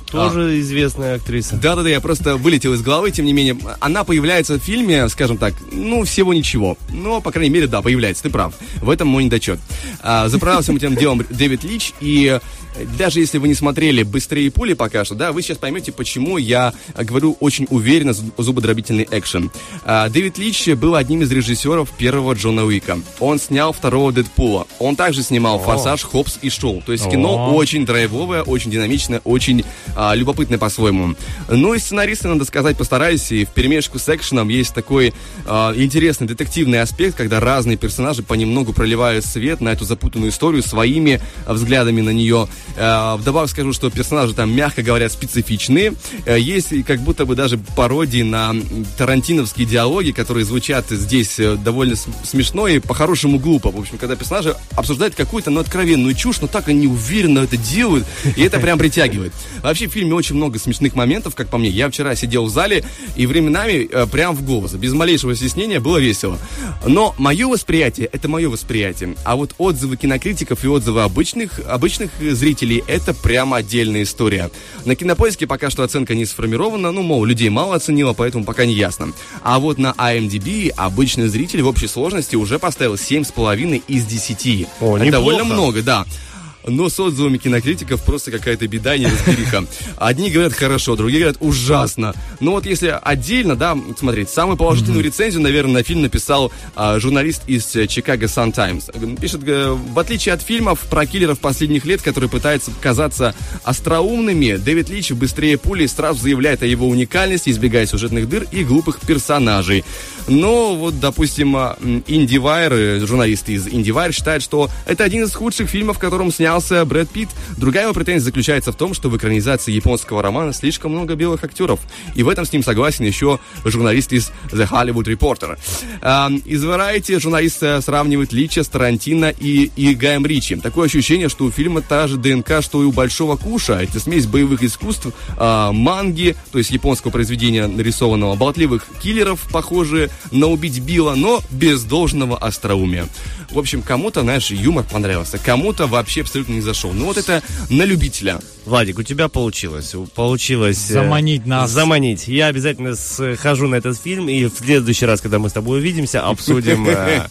Тоже А. известная актриса. Да-да-да, я просто вылетел из головы, тем не менее. Она появляется в фильме, скажем так, ну, всего ничего. Но, по крайней мере, да, появляется, ты прав. В этом мой недочет. А, заправился этим делом Дэвид Линч, и даже если вы не смотрели «Быстрее пули» пока что, да, вы сейчас поймете, почему я говорю очень уверенно зубодробительный экшен. А, Дэвид Линч был одним из режиссеров первого Джона Уика. Он снял второго Дэдпула. Он также снимал «Форсаж», «Хоббс» и «Шоу». То есть кино очень драйвовое, очень динамичное, очень а, любопытное по-своему. Ну и сценаристы, надо сказать, постарались, и вперемешку с экшеном есть такой а, интересный детективный аспект, когда разные персонажи понемногу проливают свет на эту запутанную историю своими а, взглядами на нее. А, вдобавок скажу, что персонажи там, мягко говоря, специфичные. А, есть как будто бы даже пародии на тарантиновские диалоги, которые звучат здесь довольно смешно и по-хорошему глупо. В общем, когда персонажи обсуждают какую-то, ну, откровенную чушь, но так они уверенно это делают, и это прям притягивает. Вообще в фильме очень много смешных моментов, как по мне. Я вчера сидел в зале, и временами э, прям в голос, без малейшего стеснения, было весело. Но мое восприятие, это мое восприятие. А вот отзывы кинокритиков и отзывы обычных, обычных зрителей, это прямо отдельная история. На Кинопоиске пока что оценка не сформирована, ну, мол, людей мало оценило, поэтому пока не ясно. А вот на ай эм ди би обычный зритель в общей сложности уже поставил семь с половиной из десяти. О, это неплохо. довольно много, да. Но с отзывами кинокритиков просто какая-то беда и неразбериха. Одни говорят хорошо, другие говорят ужасно. Но вот если отдельно, да, смотреть, самую положительную mm-hmm. рецензию, наверное, на фильм написал а, журналист из Chicago Sun-Times. Пишет, в отличие от фильмов про киллеров последних лет, которые пытаются казаться остроумными, Дэвид Линч «Быстрее пули» сразу заявляет о его уникальности, избегая сюжетных дыр и глупых персонажей. Но вот, допустим, IndieWire, журналисты из IndieWire считают, что это один из худших фильмов, в котором снял Брэд Питт. Другая его претензия заключается в том, что в экранизации японского романа слишком много белых актеров. И в этом с ним согласен еще журналист из The Hollywood Reporter. А, из Variety журналист сравнивает Линча с Тарантино и, и Гаем Ричи. Такое ощущение, что у фильма та же ДНК, что и у Большого Куша. Это смесь боевых искусств, а, манги, то есть японского произведения нарисованного, болтливых киллеров, похожие на «Убить Билла», но без должного остроумия. В общем, кому-то, знаешь, юмор понравился, кому-то вообще абсолютно не зашел. Ну вот это на любителя. Владик, у тебя получилось. Получилось заманить нас. Заманить. Я обязательно схожу на этот фильм, и в следующий раз, когда мы с тобой увидимся, обсудим,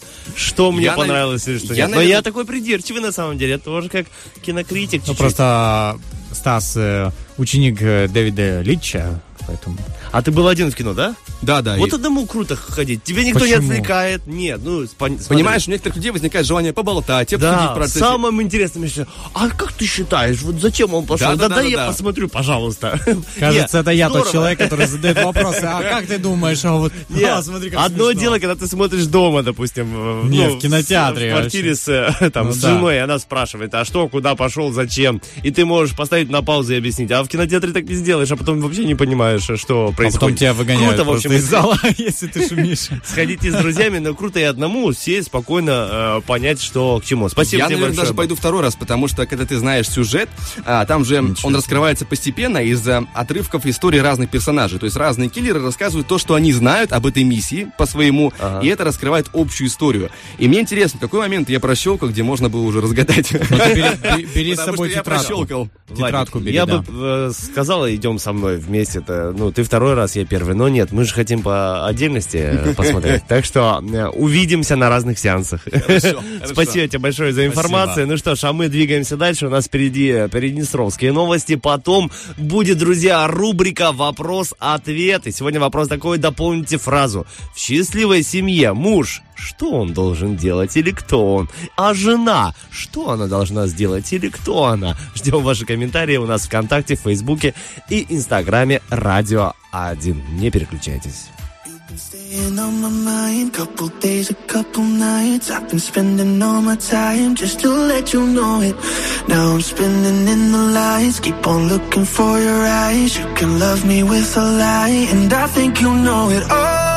что мне понравилось или что нет. Но я такой придирчивый на самом деле. Я тоже как кинокритик. Ну просто Стас ученик Дэвида Линча, поэтому... А ты был один в кино, да? Да, да. Вот и... одному круто ходить. Тебя никто Почему? не отвлекает. Нет, ну, спон... Понимаешь, у некоторых людей возникает желание поболтать, обсудить да, в процессе. самым интересным еще. А как ты считаешь, вот зачем он пошел? Да, да, да, да, да я да. посмотрю, пожалуйста. Кажется, это я тот человек, который задает вопросы. А как ты думаешь? А вот, Нет, а, смотри, как одно смешно. Дело, когда ты смотришь дома, допустим. Нет, ну, в кинотеатре. В квартире с, там, ну, с женой, да. Она спрашивает, а что, куда пошел, зачем? И ты можешь поставить на паузу и объяснить. А в кинотеатре так не сделаешь, а потом вообще не понимаешь, что происходит. А потом тебя выгоняют круто, в общем, из зала, если ты шумишь. Сходите с друзьями, но круто и одному сесть, спокойно э, понять, что к чему. Спасибо Я, тебе наверное, большое. даже пойду второй раз, потому что, когда ты знаешь сюжет, а, там же Ничего. он раскрывается постепенно из а, отрывков истории разных персонажей. То есть разные киллеры рассказывают то, что они знают об этой миссии по-своему, ага. и это раскрывает общую историю. И мне интересно, в какой момент я прощелкал, где можно было уже разгадать. Бери с собой тетрадку. Тетрадку бери, я бы э, сказала, идем со мной вместе. Ну, ты второй раз, я первый. Но нет, мы же хотим по отдельности посмотреть. Так что увидимся на разных сеансах. Хорошо, Спасибо тебе большое за информацию. Спасибо. Ну что ж, а мы двигаемся дальше. У нас впереди приднестровские новости. Потом будет, друзья, рубрика «Вопрос-ответ». И сегодня вопрос такой, дополните фразу. В счастливой семье муж, что он должен делать или кто он? А жена, что она должна сделать или кто она? Ждем ваши комментарии у нас ВКонтакте, в Фейсбуке и Инстаграме Радио один. Не переключайтесь. Staying on my mind, couple days, a couple nights. I've been spending all my time just to let you know it. Now I'm spinning in the lights, keep on looking for your eyes. You can love me with a lie, and I think you know it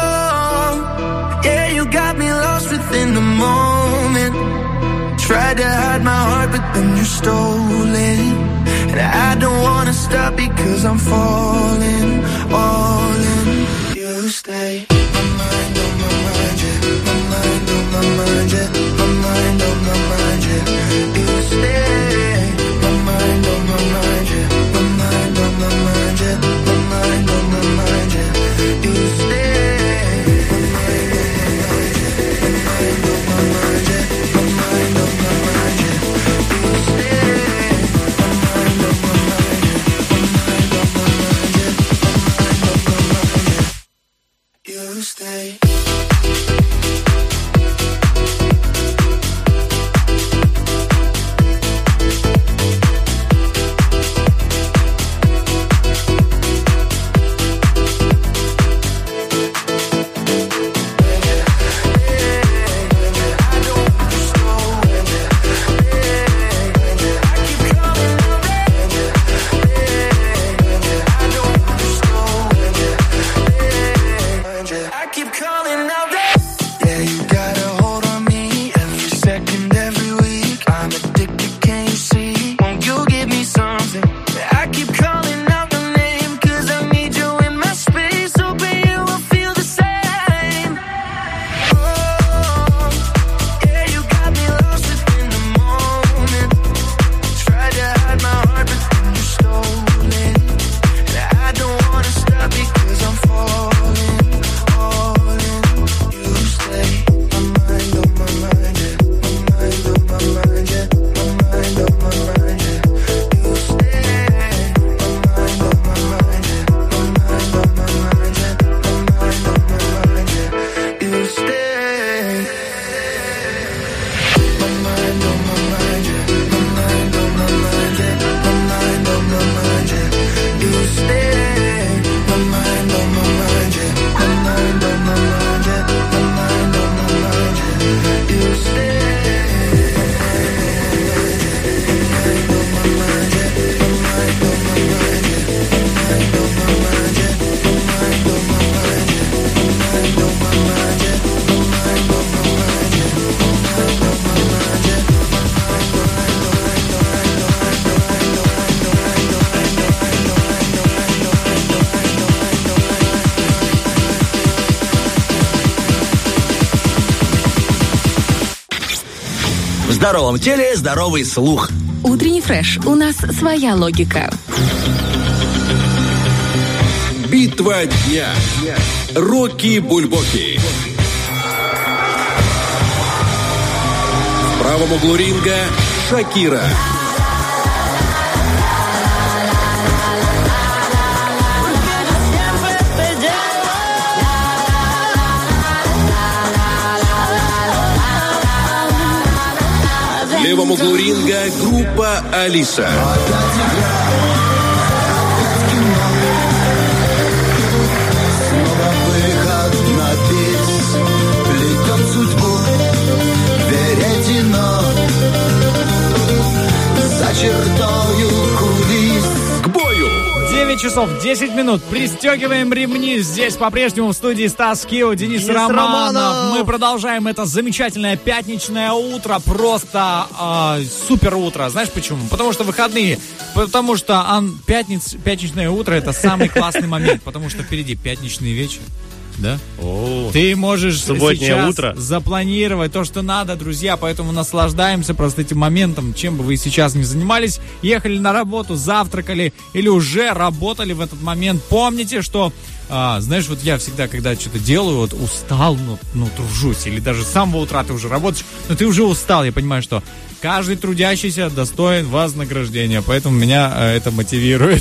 all. Yeah, you got me lost within the moment. Tried to hide my heart, but then you stole it. And I don't wanna stop because I'm falling all in. You stay. My mind on my mind, yeah. My mind on my mind, yeah. My mind on my mind, yeah. You stay. My mind on my mind, yeah. My mind on my здоровом теле здоровый слух. Утренний фреш. У нас своя логика. Битва дня. Рокки Бульбоки. В правом углу ринга Шакира. В левом углу ринга группа Алиса. К бою! девять часов десять минут. Пристегиваем ремни. Здесь по-прежнему в студии Стас Кио, Денис, Денис Романов. Романов. Мы продолжаем это замечательное пятничное утро. Просто э, супер утро. Знаешь почему? Потому что выходные. Потому что ан, пятниц, пятничное утро — это самый классный момент. Потому что впереди пятничный вечер. Да? О, Ты можешь субботнее сейчас утро. запланировать то, что надо, друзья, поэтому наслаждаемся просто этим моментом, чем бы вы сейчас ни занимались, ехали на работу, завтракали или уже работали в этот момент. Помните, что, а, знаешь, вот я всегда, когда что-то делаю, вот устал, ну, ну, тружусь, или даже с самого утра ты уже работаешь, но ты уже устал, я понимаю, что каждый трудящийся достоин вознаграждения, поэтому меня э, это мотивирует.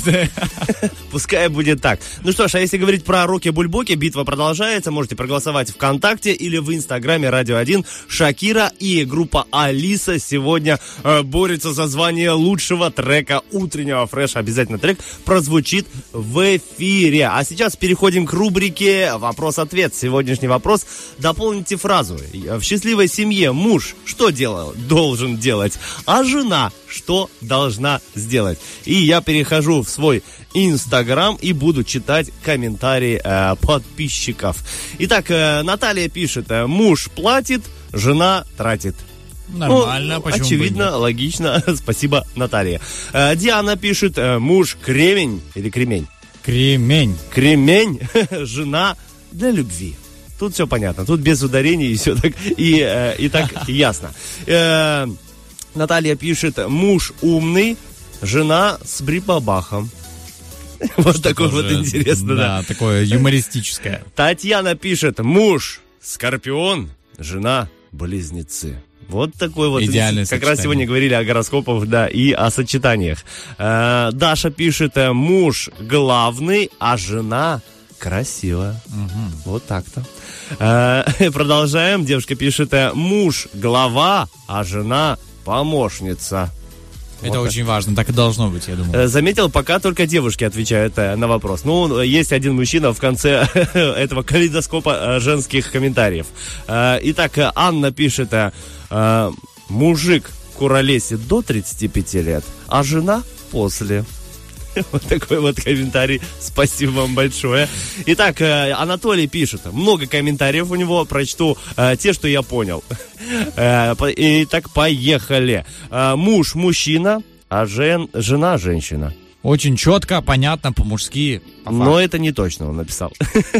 Пускай будет так. Ну что ж, а если говорить про Рокки Бульбоки, битва продолжается. Можете проголосовать ВКонтакте или в Инстаграме Радио один. Шакира и группа Алиса сегодня э, борются за звание лучшего трека утреннего фреша. Обязательно трек прозвучит в эфире. А сейчас переходим к рубрике «Вопрос-ответ». Сегодняшний вопрос. Дополните фразу. В счастливой семье муж что делал? Должен делать. делать, а жена что должна сделать? И я перехожу в свой Инстаграм и буду читать комментарии э, подписчиков. Итак, э, Наталья пишет: муж платит, жена тратит. Нормально, ну, почему очевидно, бы нет? логично. Спасибо, Наталья. Э, Диана пишет: муж кремень или кремень? Кремень. Кремень, жена для любви. Тут все понятно, тут без ударений и все так, и, э, и так ясно. Э, Наталья пишет: муж умный, жена с брибабахом. Вот такое вот интересно, да. Да, такое юмористическое. Татьяна пишет: муж скорпион, жена близнецы. Вот такой вот. Идеальное Как сочетание. раз сегодня говорили о гороскопах, да, и о сочетаниях. Э, Даша пишет: муж главный, а жена красиво. Угу. Вот так-то. Э, продолжаем. Девушка пишет: муж глава, а жена помощница. Это вот очень так. важно, так и должно быть, я думаю. Э, заметил, пока только девушки отвечают э, на вопрос. Ну, есть один мужчина в конце этого калейдоскопа э, женских комментариев. Э, итак, э, Анна пишет: э, мужик куролесит до тридцати пяти лет, а жена после. Вот такой вот комментарий. Спасибо вам большое. Итак, Анатолий пишет. Много комментариев у него. Прочту э, те, что я понял. Итак, поехали. Муж мужчина, а жен, жена женщина. Очень четко, понятно, по-мужски. По Но это не точно он написал.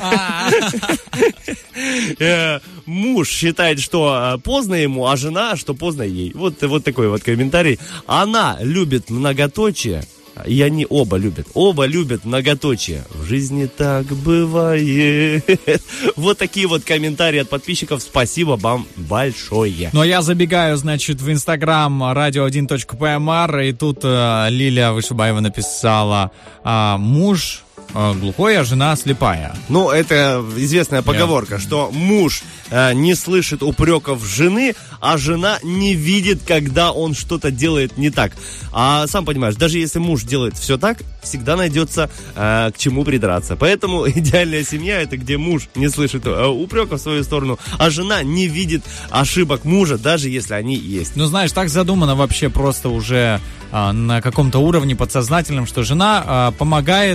Муж считает, что поздно ему, а жена, что поздно ей. Вот, вот такой вот комментарий. Она любит многоточие. И они оба любят. Оба любят многоточие. В жизни так бывает. Вот такие вот комментарии от подписчиков. Спасибо вам большое. Ну, а я забегаю, значит, в Инстаграм радио один точка пи эм ар. И тут э, Лилия Вышибаева написала: э, муж э, глухой, а жена слепая. Ну, это известная поговорка, yeah. что муж э, не слышит упреков жены, а жена не видит, когда он что-то делает не так. А сам понимаешь, даже если муж делает все так, всегда найдется э, к чему придраться. Поэтому идеальная семья — это где муж не слышит э, упреков в свою сторону, а жена не видит ошибок мужа, даже если они есть. Ну, знаешь, так задумано вообще просто уже э, на каком-то уровне подсознательном, что жена э, помогает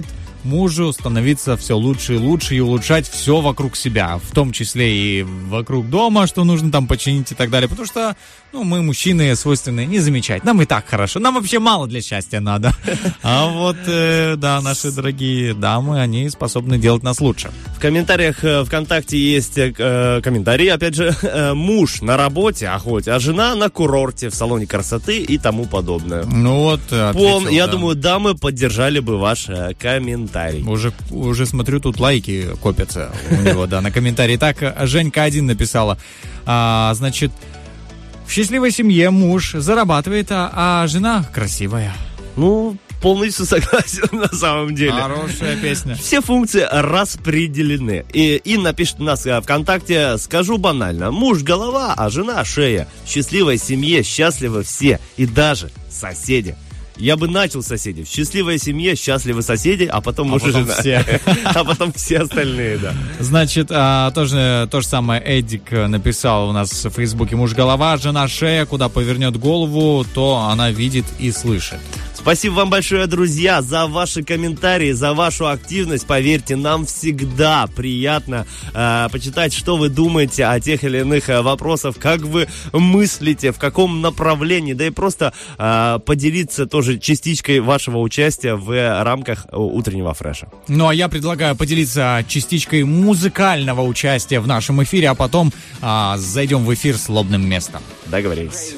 мужу становиться все лучше и лучше и улучшать все вокруг себя, в том числе и вокруг дома, что нужно там починить и так далее, потому что, ну, мы, мужчины, свойственны не замечать, нам и так хорошо, нам вообще мало для счастья надо, а вот, э, да, наши дорогие дамы, они способны делать нас лучше. В комментариях э, ВКонтакте есть э, комментарии, опять же, э, муж на работе, охоте, а жена на курорте, в салоне красоты и тому подобное. Ну вот, ответил, Пол, я да. думаю, дамы поддержали бы ваш э, комментарий. Уже, уже смотрю, тут лайки копятся у него, да, на комментарии. Так, Женька один написала, а, значит, в счастливой семье муж зарабатывает, а, а жена красивая. Ну, полностью согласен на самом деле. Хорошая песня. Все функции распределены. И Инна пишет у нас ВКонтакте: скажу банально, муж голова, а жена шея. В счастливой семье счастливы все, и даже соседи. Я бы начал с соседей. В счастливой семье счастливы соседи, а потом муж а и потом жена. Все. А потом все остальные, да. Значит, а, тоже, то же самое Эдик написал у нас в Фейсбуке. Муж голова, жена шея, куда повернет голову, то она видит и слышит. Спасибо вам большое, друзья, за ваши комментарии, за вашу активность. Поверьте, нам всегда приятно э, почитать, что вы думаете о тех или иных э, вопросах, как вы мыслите, в каком направлении, да и просто э, поделиться тоже частичкой вашего участия в э, рамках утреннего фреша. Ну, а я предлагаю поделиться частичкой музыкального участия в нашем эфире, а потом э, зайдем в эфир с лобным местом. Договорились.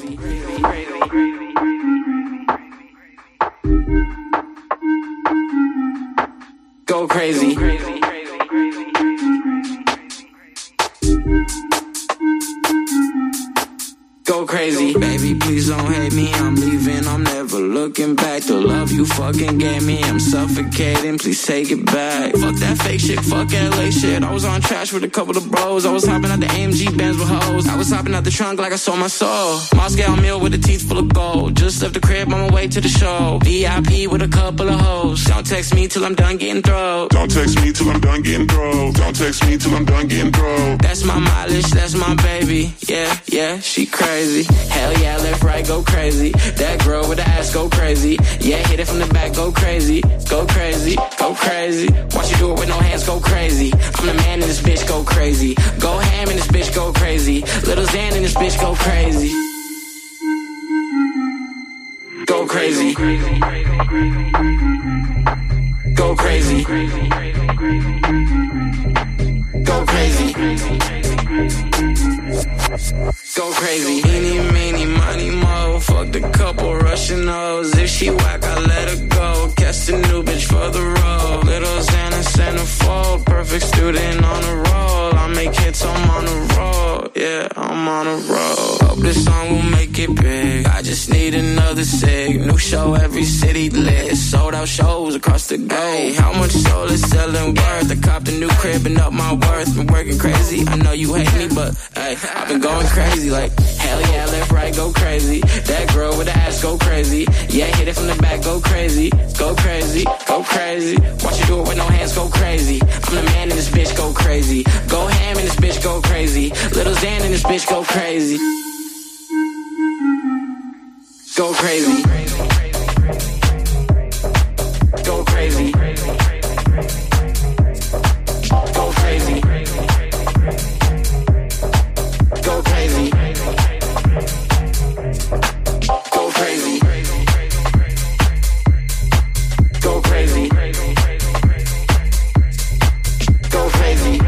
Go crazy. Go crazy. Baby, please don't hate me. I'm leaving, I'm never looking back. The love you fucking gave me, I'm suffocating. Please take it back. Fuck that fake shit, fuck L A shit. I was on trash with a couple of bros. I was hopping out the A M G Benz with hoes. I was hopping out the trunk like I sold my soul. Moscow meal with the teeth full of gold. Just left the crib on my way to the show. V I P with a couple of hoes. Don't text me till I'm done getting thrown. Don't text me till I'm done getting thrown. Don't text me till I'm done getting thrown. That's my mileage, that's my baby. Yeah, yeah, she crazy. Hell yeah, left, right, go crazy. That girl with the ass, go crazy. Yeah, hit it from the back, go crazy. Go crazy, go crazy. Watch you do it with no hands, go crazy. I'm the man in this bitch, go crazy. Go ham in this bitch, go crazy. Little Xan in this bitch, go crazy. Go crazy. Go crazy. Go crazy. Go crazy. Eeny, meeny, money, mo. Fucked a couple Russian hoes. If she whack, I let her go. Catch a new bitch for the road. Little Xana, centerfold. Perfect student on a roll. I make hits, I'm on a roll. Yeah, I'm on a roll. Hope this song will make it big. I just need another sig. New show, every city lit. Sold out shows across the globe. How much soul is selling worth? I copped a new crib and up my worth. Been working crazy. I know you hate me, but hey, I've been going crazy. Like, hell yeah, left, right, go crazy. That girl with the ass, go crazy. Yeah, hit it from the back, go crazy. Go crazy, go crazy. Watch you do it with no hands, go crazy. I'm the man in this bitch, go crazy. Go ham in this bitch, go crazy. Little Xan in this bitch, go crazy. Go crazy. Go crazy. Go crazy. Go crazy. Go crazy. Go crazy. Go crazy.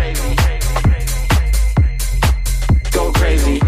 Go crazy.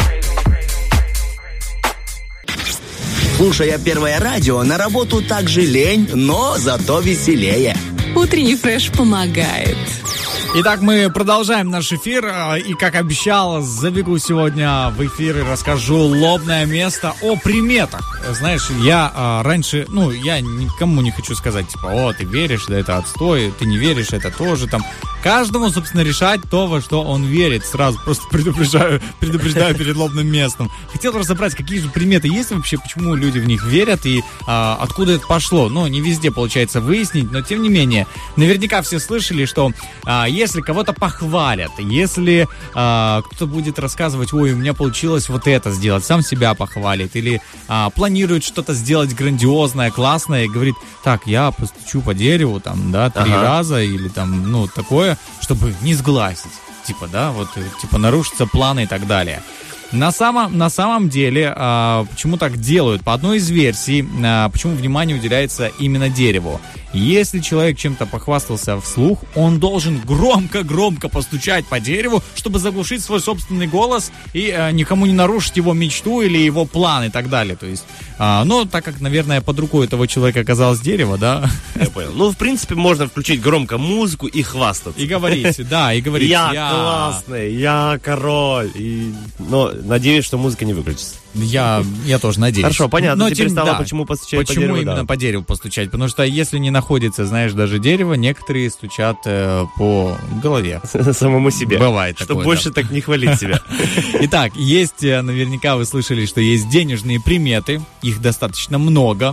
Слушая Первое радио, на работу также лень, но зато веселее. Утренний фреш помогает. Итак, мы продолжаем наш эфир, и, как обещал, забегу сегодня в эфир и расскажу лобное место о приметах. Знаешь, я а, раньше, ну, я никому не хочу сказать, типа, о, ты веришь, да это отстой, ты не веришь, это тоже там. Каждому, собственно, решать то, во что он верит. Сразу просто предупреждаю, предупреждаю перед лобным местом. Хотел разобрать, какие же приметы есть вообще, почему люди в них верят и а, откуда это пошло. Ну, не везде получается выяснить, но тем не менее, наверняка все слышали, что а, если кого-то похвалят, если а, кто-то будет рассказывать, ой, у меня получилось вот это сделать, сам себя похвалит, или а, планирует что-то сделать грандиозное, классное, и говорит, так, я постучу по дереву, там, да, три ага. раза, или там, ну, такое, чтобы не сглазить, типа, да, вот, типа, нарушатся планы и так далее. На самом, на самом деле, а, почему так делают? По одной из версий, а, почему внимание уделяется именно дереву. Если человек чем-то похвастался вслух, он должен громко-громко постучать по дереву, чтобы заглушить свой собственный голос и а, никому не нарушить его мечту или его план и так далее. То есть, а, ну, так как, наверное, под рукой этого человека оказалось дерево, да? Я понял. Ну, в принципе, можно включить громко музыку и хвастаться. И говорить, да, и говорить. Я, я... классный, я король. И... Но надеюсь, что музыка не выключится. Я, я тоже надеюсь. Хорошо, понятно. Но теперь тем, стало, да, почему постучать почему по дереву. Почему именно да. по дереву постучать? Потому что если не находится, знаешь, даже дерево, некоторые стучат э, по голове. Самому себе. Бывает такое. Чтобы больше так не хвалить себя. Итак, есть, наверняка вы слышали, что есть денежные приметы. Их достаточно много.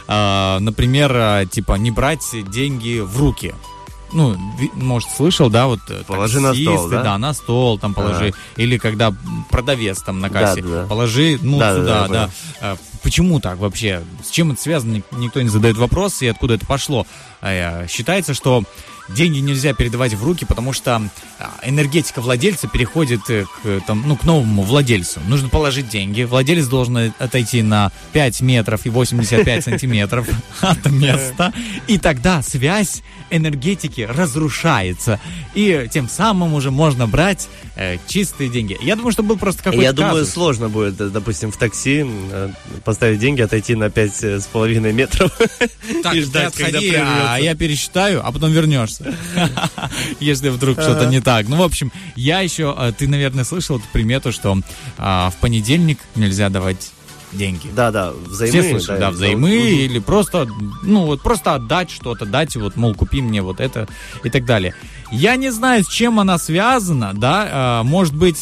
Например, типа не брать деньги в руки. Ну, может, слышал, да, вот положи на стол, да? Да, на стол там положи. Ага. Или когда продавец там на кассе, да, да. положи, ну, да, сюда, да. да, да. Почему так вообще? С чем это связано? Никто не задает вопрос, и откуда это пошло. Считается, что деньги нельзя передавать в руки, потому что энергетика владельца переходит к, там, ну, к новому владельцу. Нужно положить деньги. Владелец должен отойти на пять метров и восемьдесят пять сантиметров от места. И тогда связь энергетики разрушается. И тем самым уже можно брать э, чистые деньги. Я думаю, что был просто какой-то Я казус. думаю, сложно будет, допустим, в такси поставить деньги, отойти на пять с половиной метров так, и ждать, отходи, когда прервется. А я пересчитаю, а потом вернешься. Если вдруг что-то не так. Ну, в общем, я еще... Ты, наверное, слышал эту примету, что в понедельник нельзя давать деньги. Да, да, взаймы. Все слышали, да, да взаймы угу. или просто, ну, вот просто отдать что-то, дать, вот, мол, купи мне вот это и так далее. Я не знаю, с чем она связана, да, может быть,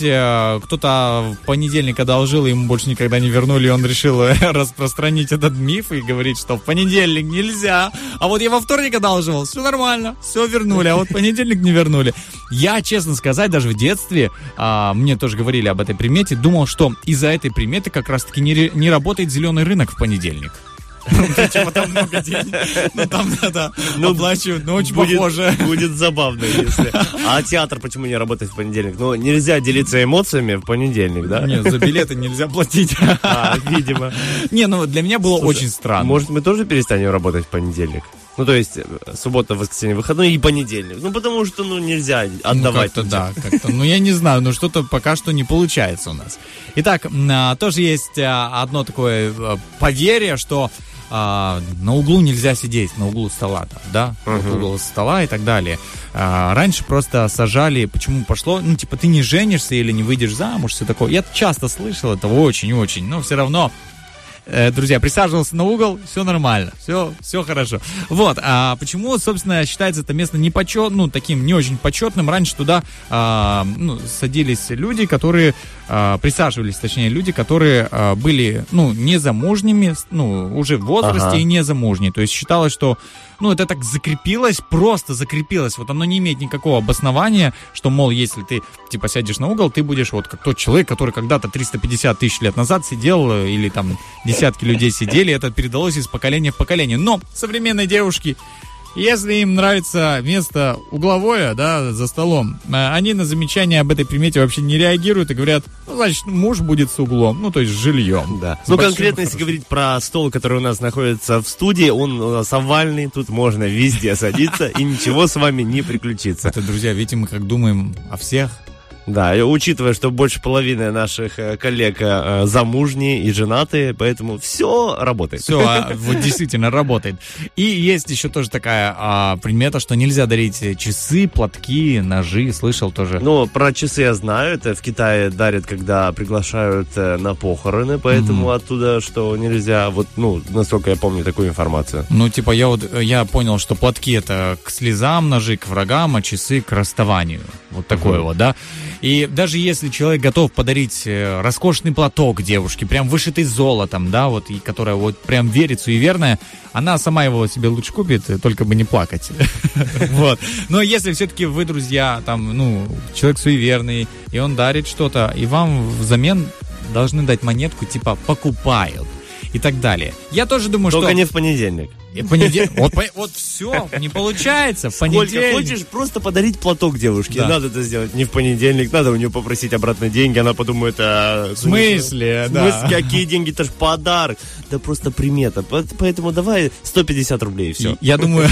кто-то в понедельник одолжил, ему больше никогда не вернули, и он решил распространить этот миф и говорить, что в понедельник нельзя, а вот я во вторник одолжил, все нормально, все вернули, а вот в понедельник не вернули. Я, честно сказать, даже в детстве, мне тоже говорили об этой примете, думал, что из-за этой приметы как раз-таки не, не работает зеленый рынок в понедельник. Почему там много денег? Ну, там надо оплачивать, но очень похоже. Будет забавно, если... А театр почему не работает в понедельник? Ну, нельзя делиться эмоциями в понедельник, да? Нет, за билеты нельзя платить. А, видимо. Не, ну, для меня было очень странно. Может, мы тоже перестанем работать в понедельник? Ну, то есть, суббота, воскресенье, выходной и понедельник. Ну, потому что, ну, нельзя отдавать. Ну, как-то да, как-то. Ну, я не знаю, но что-то пока что не получается у нас. Итак, тоже есть одно такое поверье, что а, на углу нельзя сидеть, на углу стола, там, да, uh-huh. на углу стола и так далее. А, раньше просто сажали, почему пошло, ну, типа, ты не женишься или не выйдешь замуж, все такое. Я часто слышал это очень-очень, но все равно... Друзья, присаживался на угол, все нормально, все, все хорошо. Вот, а почему, собственно, считается это место непочет, ну, таким не очень почетным? Раньше туда а, ну, садились люди, которые, а, присаживались, точнее, люди, которые а, были, ну, незамужними, ну, уже в возрасте ага. и незамужние. То есть считалось, что, ну, это так закрепилось, просто закрепилось. Вот оно не имеет никакого обоснования, что, мол, если ты, типа, сядешь на угол, ты будешь вот как тот человек, который когда-то триста пятьдесят тысяч лет назад сидел, или там десятки людей сидели, это передалось из поколения в поколение. Но современные девушки, если им нравится место угловое, да, за столом, они на замечания об этой примете вообще не реагируют и говорят, ну, значит, муж будет с углом, ну, то есть с жильем. Да. С ну, конкретно, если говорить про стол, который у нас находится в студии, он у нас овальный, тут можно везде садиться, и ничего с вами не приключится. Это, друзья, видите, мы как думаем о всех, Да, и учитывая, что больше половины наших э, коллег э, замужние и женатые, поэтому все работает. Все, а, вот действительно работает. И есть еще тоже такая а, примета, что нельзя дарить часы, платки, ножи. Слышал тоже? Ну, про часы я знаю. Это в Китае дарят, когда приглашают э, на похороны, поэтому mm-hmm. оттуда, что нельзя. Вот, ну, насколько я помню такую информацию. Ну, типа, я вот я понял, что платки это к слезам, ножи к врагам, а часы к расставанию. Вот такое mm-hmm. вот, да. И даже если человек готов подарить роскошный платок девушке, прям вышитый золотом, да, вот, и которая вот прям верит, суеверная, она сама его себе лучше купит, только бы не плакать. Вот. Но если все-таки вы, друзья, там, ну, человек суеверный, и он дарит что-то, и вам взамен должны дать монетку, типа, покупают. И так далее. Я тоже думаю, Только что... Только не в понедельник. Понедельник. Вот, вот все, не получается. В понедельник. Сколько хочешь просто подарить платок девушке. Да. Надо это сделать не в понедельник. Надо у нее попросить обратно деньги. Она подумает, а... В смысле? В Да. смысле, какие деньги? Это ж подарок. Да просто примета. Поэтому давай сто пятьдесят рублей, все. Я думаю,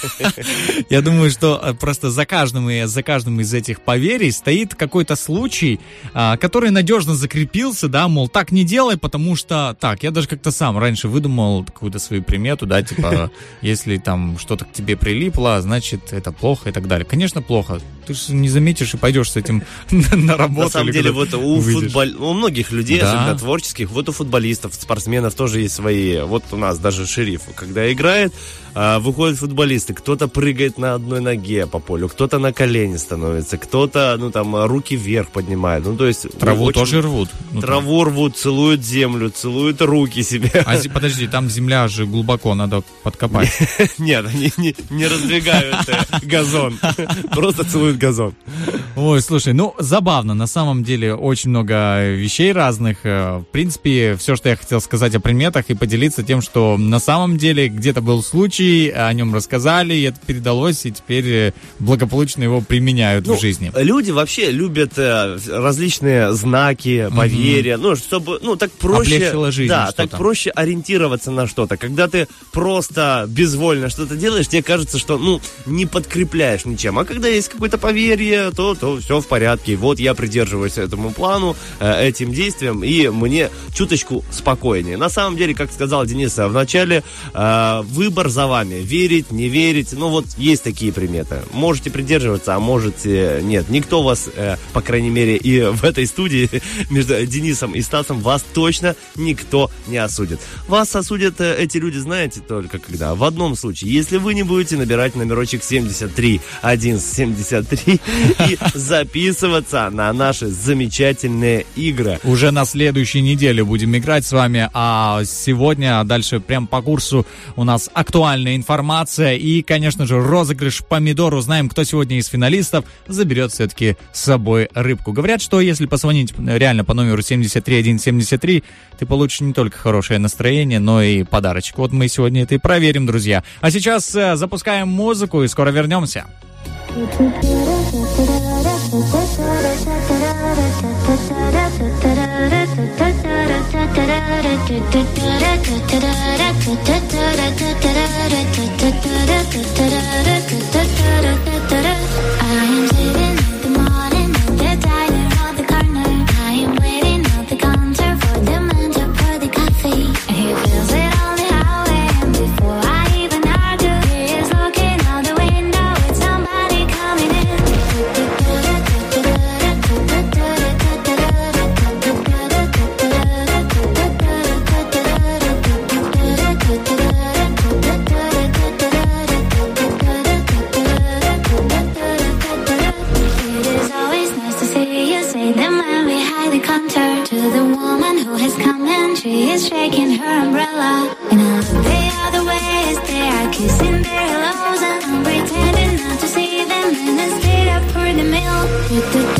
я думаю, что просто за каждым, за каждым из этих поверий стоит какой-то случай, который надежно закрепился, да, мол, так не делай, потому что... Так, я даже как-то сам раньше выдумал какую-то свою примету, да, типа, если там что-то к тебе прилипло, значит, это плохо и так далее. Конечно, плохо. Ты же не заметишь и пойдешь с этим на работу. На самом деле, вот у, футбол... у многих людей, да. особенно творческих, вот у футболистов, спортсменов тоже есть свои. Вот у нас даже шериф, когда играет, выходят футболисты, кто-то прыгает на одной ноге по полю, кто-то на колени становится, кто-то, ну, там, руки вверх поднимает. Ну, то есть... Траву очень... тоже рвут. Ну, Траву там... рвут, целуют землю, целуют руки себе. А подожди, там земля же глубоко, надо подкопать. Нет, они не раздвигают газон, просто целуют газон. Ой, слушай, ну, забавно, на самом деле, очень много вещей разных. В принципе, все, что я хотел сказать о приметах и поделиться тем, что на самом деле где-то был случай, о нем рассказали, и это передалось, и теперь благополучно его применяют ну, в жизни. Люди вообще любят э, различные знаки, поверья, mm-hmm. ну, чтобы, ну, так проще... жизнь, да, что-то. так проще ориентироваться на что-то. Когда ты просто безвольно что-то делаешь, тебе кажется, что, ну, не подкрепляешь ничем. А когда есть какое-то поверье, то, то все в порядке. Вот я придерживаюсь этому плану, э, этим действиям, и мне чуточку спокойнее. На самом деле, как сказал Денис в начале, э, выбор за вами. Верить, не верить. Ну, вот есть такие приметы. Можете придерживаться, а можете нет. Никто вас, э, по крайней мере, и в этой студии между Денисом и Стасом вас точно никто не осудит. Вас осудят э, эти люди, знаете, только когда? В одном случае. Если вы не будете набирать номерочек семьдесят три одиннадцать семьдесят три и записываться на наши замечательные игры. Уже на следующей неделе будем играть с вами, а сегодня дальше прям по курсу у нас актуальная информация и, конечно же, розыгрыш помидор. Узнаем, кто сегодня из финалистов заберет все-таки с собой рыбку. Говорят, что если позвонить реально по номеру семьдесят три одиннадцать семьдесят три, ты получишь не только хорошее настроение, но и подарочек. Вот мы сегодня это и проверим, друзья. А сейчас э, запускаем музыку и скоро вернемся. Shaking her umbrella, you know they are the ways they are kissing their hellos, and I'm pretending not to see them in a state of pour the milk.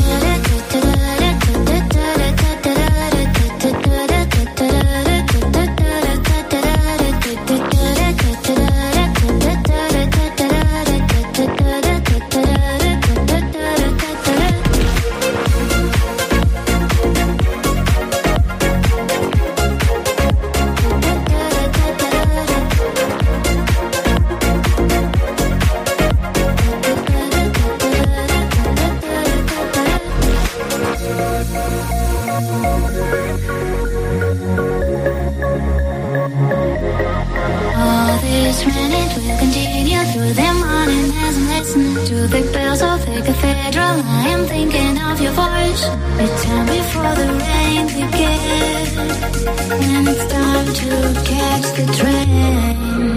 too thick bells of the cathedral. I am thinking of your voice. Return before the rain begins. When it's time to catch the train.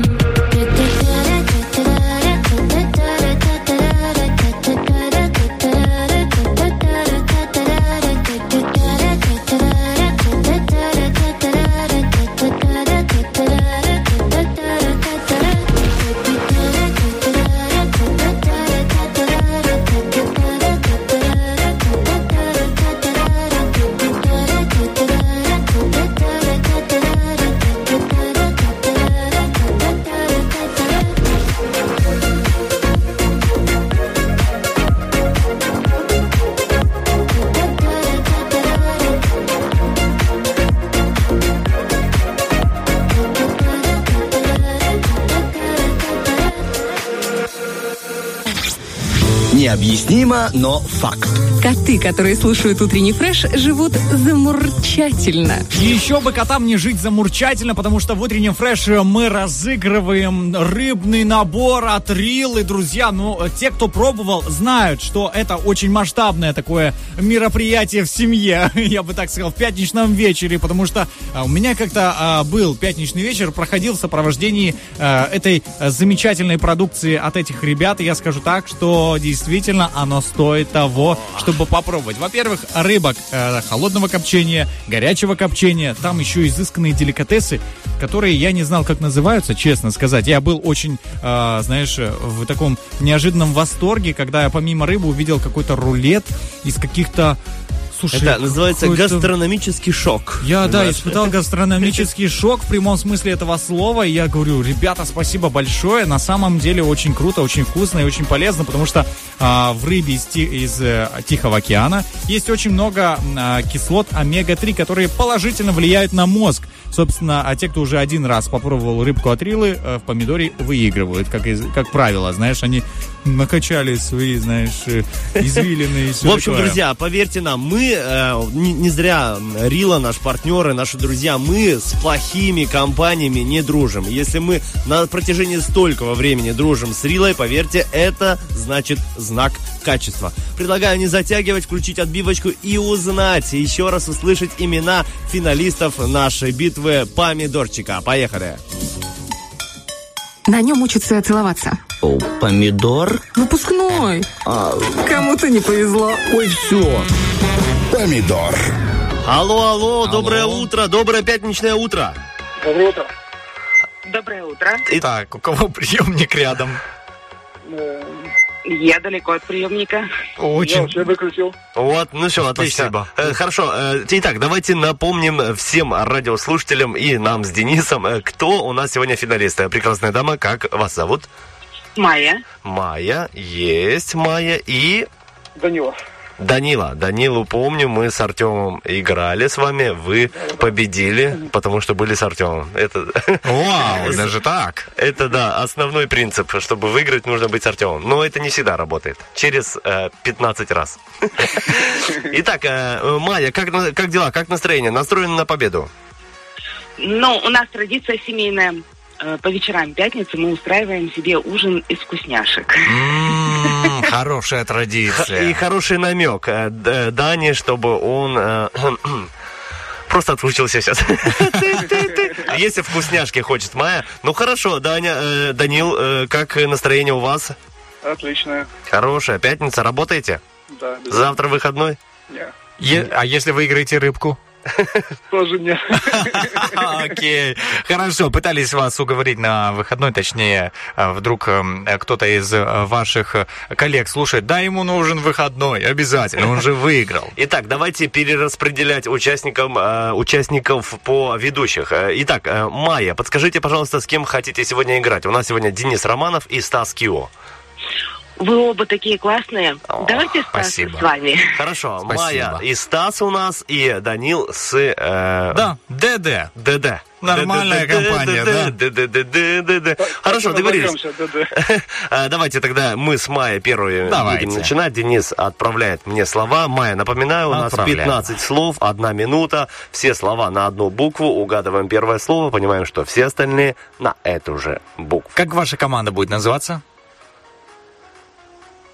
Необъяснимо, но факт. Коты, которые слушают утренний фреш, живут замурчательно. И еще бы котам не жить замурчательно, потому что в утреннем фреше мы разыгрываем рыбный набор от Рилы, друзья. Ну, те, кто пробовал, знают, что это очень масштабное такое мероприятие в семье, я бы так сказал, в пятничном вечере, потому что у меня как-то а, был пятничный вечер, проходил в сопровождении а, этой замечательной продукции от этих ребят, и я скажу так, что действительно оно стоит того, чтобы попробовать. Во-первых, рыбок э, холодного копчения, горячего копчения, там еще изысканные деликатесы, которые я не знал, как называются, честно сказать. Я был очень, э, знаешь, в таком неожиданном восторге, когда я помимо рыбы увидел какой-то рулет из каких-то... Слушай, это называется гастрономический шок. Я, да, испытал гастрономический шок в прямом смысле этого слова. И я говорю, ребята, спасибо большое. На самом деле очень круто, очень вкусно и очень полезно, потому что а, в рыбе из, из а, Тихого океана есть очень много а, кислот омега три, которые положительно влияют на мозг. Собственно, а те, кто уже один раз попробовал рыбку от Рилы, а, в помидоре выигрывают. Как, из, как правило, знаешь, они накачали свои, знаешь, извилины. В общем, друзья, поверьте нам, мы э, не, не зря Рила, наш партнер и наши друзья, мы с плохими компаниями не дружим. Если мы на протяжении столького времени дружим с Рилой, поверьте, это значит знак качества. Предлагаю не затягивать, включить отбивочку и узнать, еще раз услышать имена финалистов нашей битвы помидорчика. Поехали! На нем учатся целоваться. О, помидор? Выпускной. А... Кому-то не повезло. Ой, все. Помидор. Алло, алло, алло, доброе утро, доброе пятничное утро. Доброе утро. Доброе утро. Итак, у кого приемник рядом? Я далеко от приемника. Очень. Я все выключил. Вот, ну все, отлично. Спасибо. Э, хорошо, э, итак, давайте напомним всем радиослушателям и нам с Денисом, э, кто у нас сегодня финалист. Э, прекрасная дама, как вас зовут? Майя. Майя, есть Майя и... Данила. Данила. Данилу помню, мы с Артемом играли с вами, вы победили, потому что были с Артемом. Это... Вау, даже так? Это, да, основной принцип. Чтобы выиграть, нужно быть с Артемом. Но это не всегда работает. Через э, пятнадцать раз. Итак, э, Майя, как, как дела, как настроение? Настроена на победу? Ну, у нас традиция семейная. По вечерам пятницы мы устраиваем себе ужин из вкусняшек. М-м, хорошая традиция. И хороший намек Дани, чтобы он просто отключился сейчас. Если вкусняшки хочет Майя. Ну хорошо, Даня, Данил, как настроение у вас? Отличное. Хорошая пятница, работаете? Да. Завтра выходной? Нет. А если выиграете рыбку? Тоже нет. Окей. Хорошо, пытались вас уговорить на выходной, точнее, вдруг кто-то из ваших коллег слушает, да, ему нужен выходной, обязательно, он же выиграл. Итак, давайте перераспределять участникам, участников по ведущих. Итак, Майя, подскажите, пожалуйста, с кем хотите сегодня играть? У нас сегодня Денис Романов и Стас Кио. Вы оба такие классные. О, давайте Стас спасибо. С вами. Хорошо, Спасибо. Майя и Стас у нас, и Данил с... Э... Да, ДД. ДД. Нормальная компания, да? Хорошо, договорились. Давайте тогда мы с Майей первые будем начинать. Денис отправляет мне слова. Майя, напоминаю, у нас пятнадцать слов, одна минута. Все слова на одну букву. Угадываем первое слово, понимаем, что все остальные на эту же букву. Как ваша команда будет называться?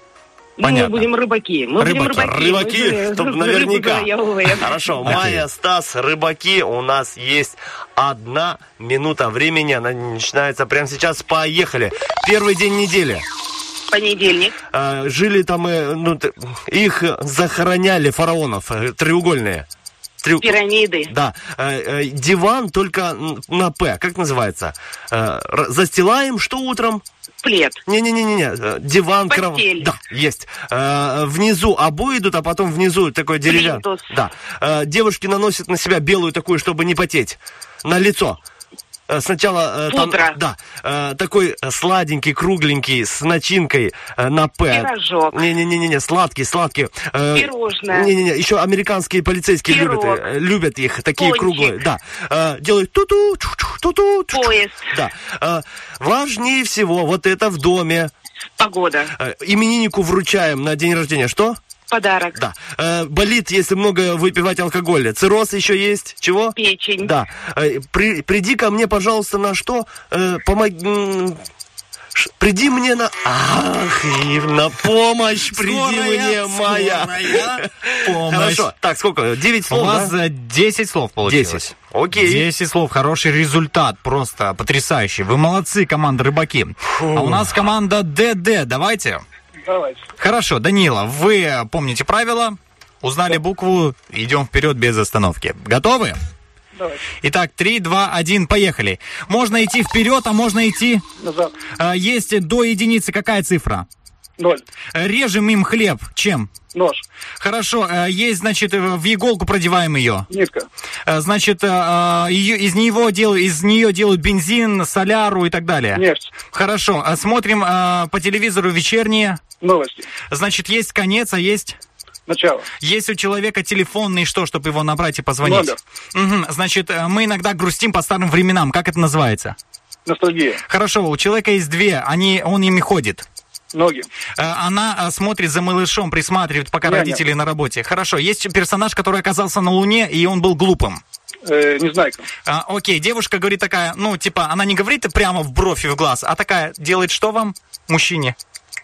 Понятно. Мы будем рыбаки. Мы будем Рыбаки, рыбаки. рыбаки, Мы же чтоб рыбы наверняка. завоевываем. Хорошо, Окей. Майя, Стас, рыбаки, у нас есть одна минута времени, она начинается прямо сейчас, поехали. Первый день недели. Понедельник. Э, жили там, э, ну, т- их захороняли, фараонов, э, треугольные. Трю- Пирамиды. Да, Э, э, диван только м, на П, как называется? Э, р- застилаем, что утром? Плед. Не-не-не-не, э, диван, кров... Постель. Да, есть. Э, внизу обои идут, а потом внизу такой деревянный. Плинтус. Да. Э, девушки наносят на себя белую такую, чтобы не потеть, на лицо. Э, Сначала э, там, Пудра. да, э, такой сладенький, кругленький, с начинкой э, на П. Пирожок. Не-не-не-не, сладкий, сладкий. Э, Пирожное. Не-не-не, еще американские полицейские Пирог. любят, э, любят их, такие Пончик. круглые. Да. Э, делают ту-ту, чу-чу, ту-ту, чу-чу. Поезд. Да. Э, важнее всего вот это в доме. Погода. Э, Имениннику вручаем на день рождения. Что? Подарок. Да. Э, болит, если много выпивать алкоголя. Цирроз еще есть. Чего? Печень. Да. Э, при- приди ко мне, пожалуйста, на что? Э, помоги... м, ш- Приди мне на... Ах, и на помощь приди мне, моя. помощь. Хорошо. Так, сколько? Девять У слов, вас да? э, десять слов получилось. Десять. Окей. десять слов, хороший результат, просто потрясающий. Вы молодцы, команда рыбаки. А у нас команда ДД, давайте. Давайте. Хорошо, Данила, вы помните правила, узнали букву, идем вперед без остановки. Готовы? Давайте. Итак, три, два, один, поехали. Можно идти вперед, а можно идти... Назад. Э, Есть до единицы какая цифра? Ноль. Э, Режем им хлеб. Чем? Нож. Хорошо, э, есть, значит, э, в иголку продеваем ее. Нитка. Э, Значит, э, э, ее, из, него делают, из нее делают бензин, соляру и так далее. Нефть. Хорошо, э, смотрим э, по телевизору вечерние. Новости. Значит, есть конец, а есть... Начало. Есть у человека телефонный что, чтобы его набрать и позвонить? Номер. Угу. Значит, э, мы иногда грустим по старым временам. Как это называется? Ностальгия. Хорошо, у человека есть две, они, он ими ходит. Ноги. Э, Она э, смотрит за малышом, присматривает, пока Няня. родители на работе. Хорошо, есть персонаж, который оказался на Луне, и он был глупым. Э, Незнайка. А, окей, девушка говорит такая, ну, типа, она не говорит прямо в бровь и в глаз, а такая, делает что вам, мужчине?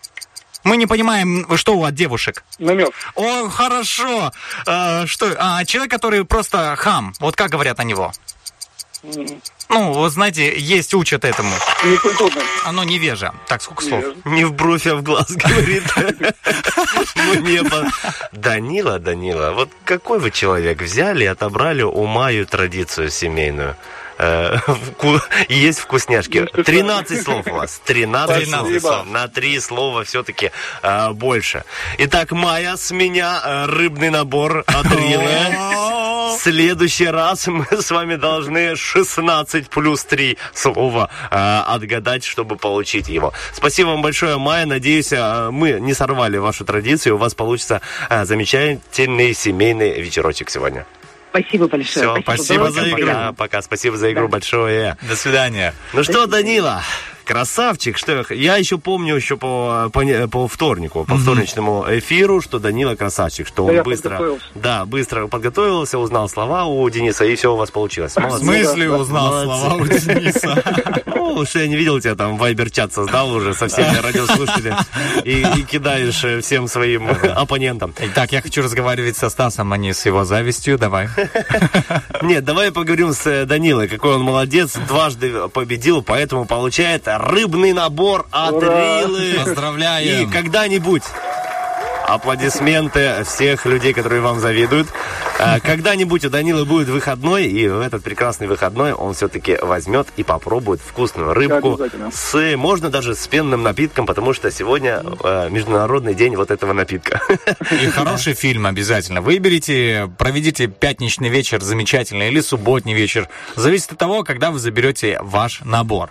Мы не понимаем, что у от девушек. Намек. О, хорошо. А, что? А, человек, который просто хам. Вот как говорят о него? М, Ну, вот знаете, есть, учат этому. Некультурно. Оно невежа. Так, сколько слов? Невежа. Не в бровь, а в глаз, говорит. Ну, не по- Данила, Данила, вот какой вы человек? Взяли и отобрали у Майю традицию семейную. Э, вку- Есть вкусняшки. тринадцать слов у вас. тринадцать Спасибо. слов. На три слова все-таки э, больше. Итак, Майя, с меня э, рыбный набор от Рилы. В следующий раз мы с вами должны шестнадцать плюс три слова э, отгадать, чтобы получить его. Спасибо вам большое, Майя. Надеюсь, э, мы не сорвали вашу традицию. У вас получится э, замечательный семейный вечерочек сегодня. Спасибо большое. Все, спасибо за игру. Пока. Пока, спасибо за игру большое. До свидания. Ну что, Данила, красавчик, что я еще помню еще по, по, по вторнику, по вторничному эфиру, что Данила красавчик, что Да он я быстро, подготовился. да, быстро подготовился, узнал слова у Дениса, и все у вас получилось. В Молодцы. смысле узнал Молодцы. слова у Дениса? Ну, что я не видел тебя там, вайбер-чат создал уже со всеми радиослушателями и, и кидаешь э, всем своим оппонентам. Итак, я хочу разговаривать со Стасом, а не с его завистью. Давай. Нет, давай поговорим с э, Данилой, какой он молодец, дважды победил, поэтому получает рыбный набор от Ура! Рилы. Поздравляем. И когда-нибудь аплодисменты всех людей, которые вам завидуют. А, Когда-нибудь у Данилы будет выходной, и в этот прекрасный выходной он все-таки возьмет и попробует вкусную рыбку Обязательно. с, можно даже с пенным напитком, потому что сегодня э, международный день вот этого напитка. И хороший фильм обязательно. Выберите, проведите пятничный вечер замечательный или субботний вечер. Зависит от того, когда вы заберете ваш набор.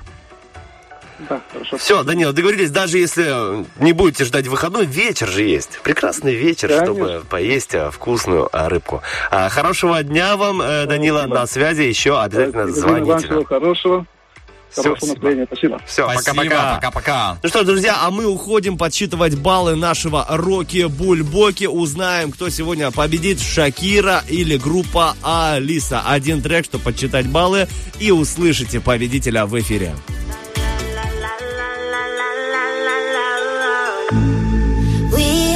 Да, хорошо. Все, Данила, договорились, даже если не будете ждать выходной, вечер же есть. Прекрасный вечер, Конечно. чтобы поесть а, вкусную а, рыбку. А, хорошего дня вам, э, Данила, Спасибо. на связи, еще обязательно Вам звоните всего нам. хорошего. Всё, Хорошего спасибо. настроения. Спасибо. Все, Спасибо, пока-пока. пока-пока. Ну что, друзья, а мы уходим подсчитывать баллы нашего Роки-Бульбоки. Узнаем, кто сегодня победит, Шакира или группа Алиса. Один трек, чтобы подсчитать баллы, и услышите победителя в эфире. We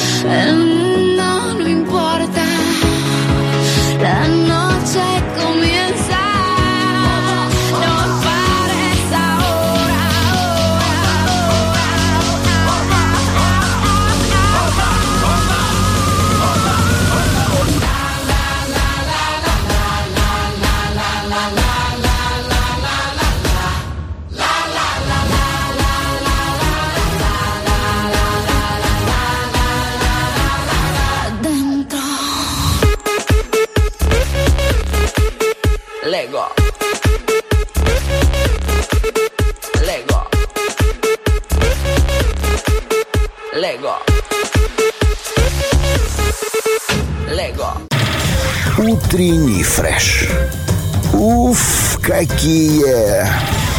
Eh, No, no importa. La noche comienza. No pares ahora. Dentro. Lego. Lego. Lego. Лего. Утренний фреш. Уф, какие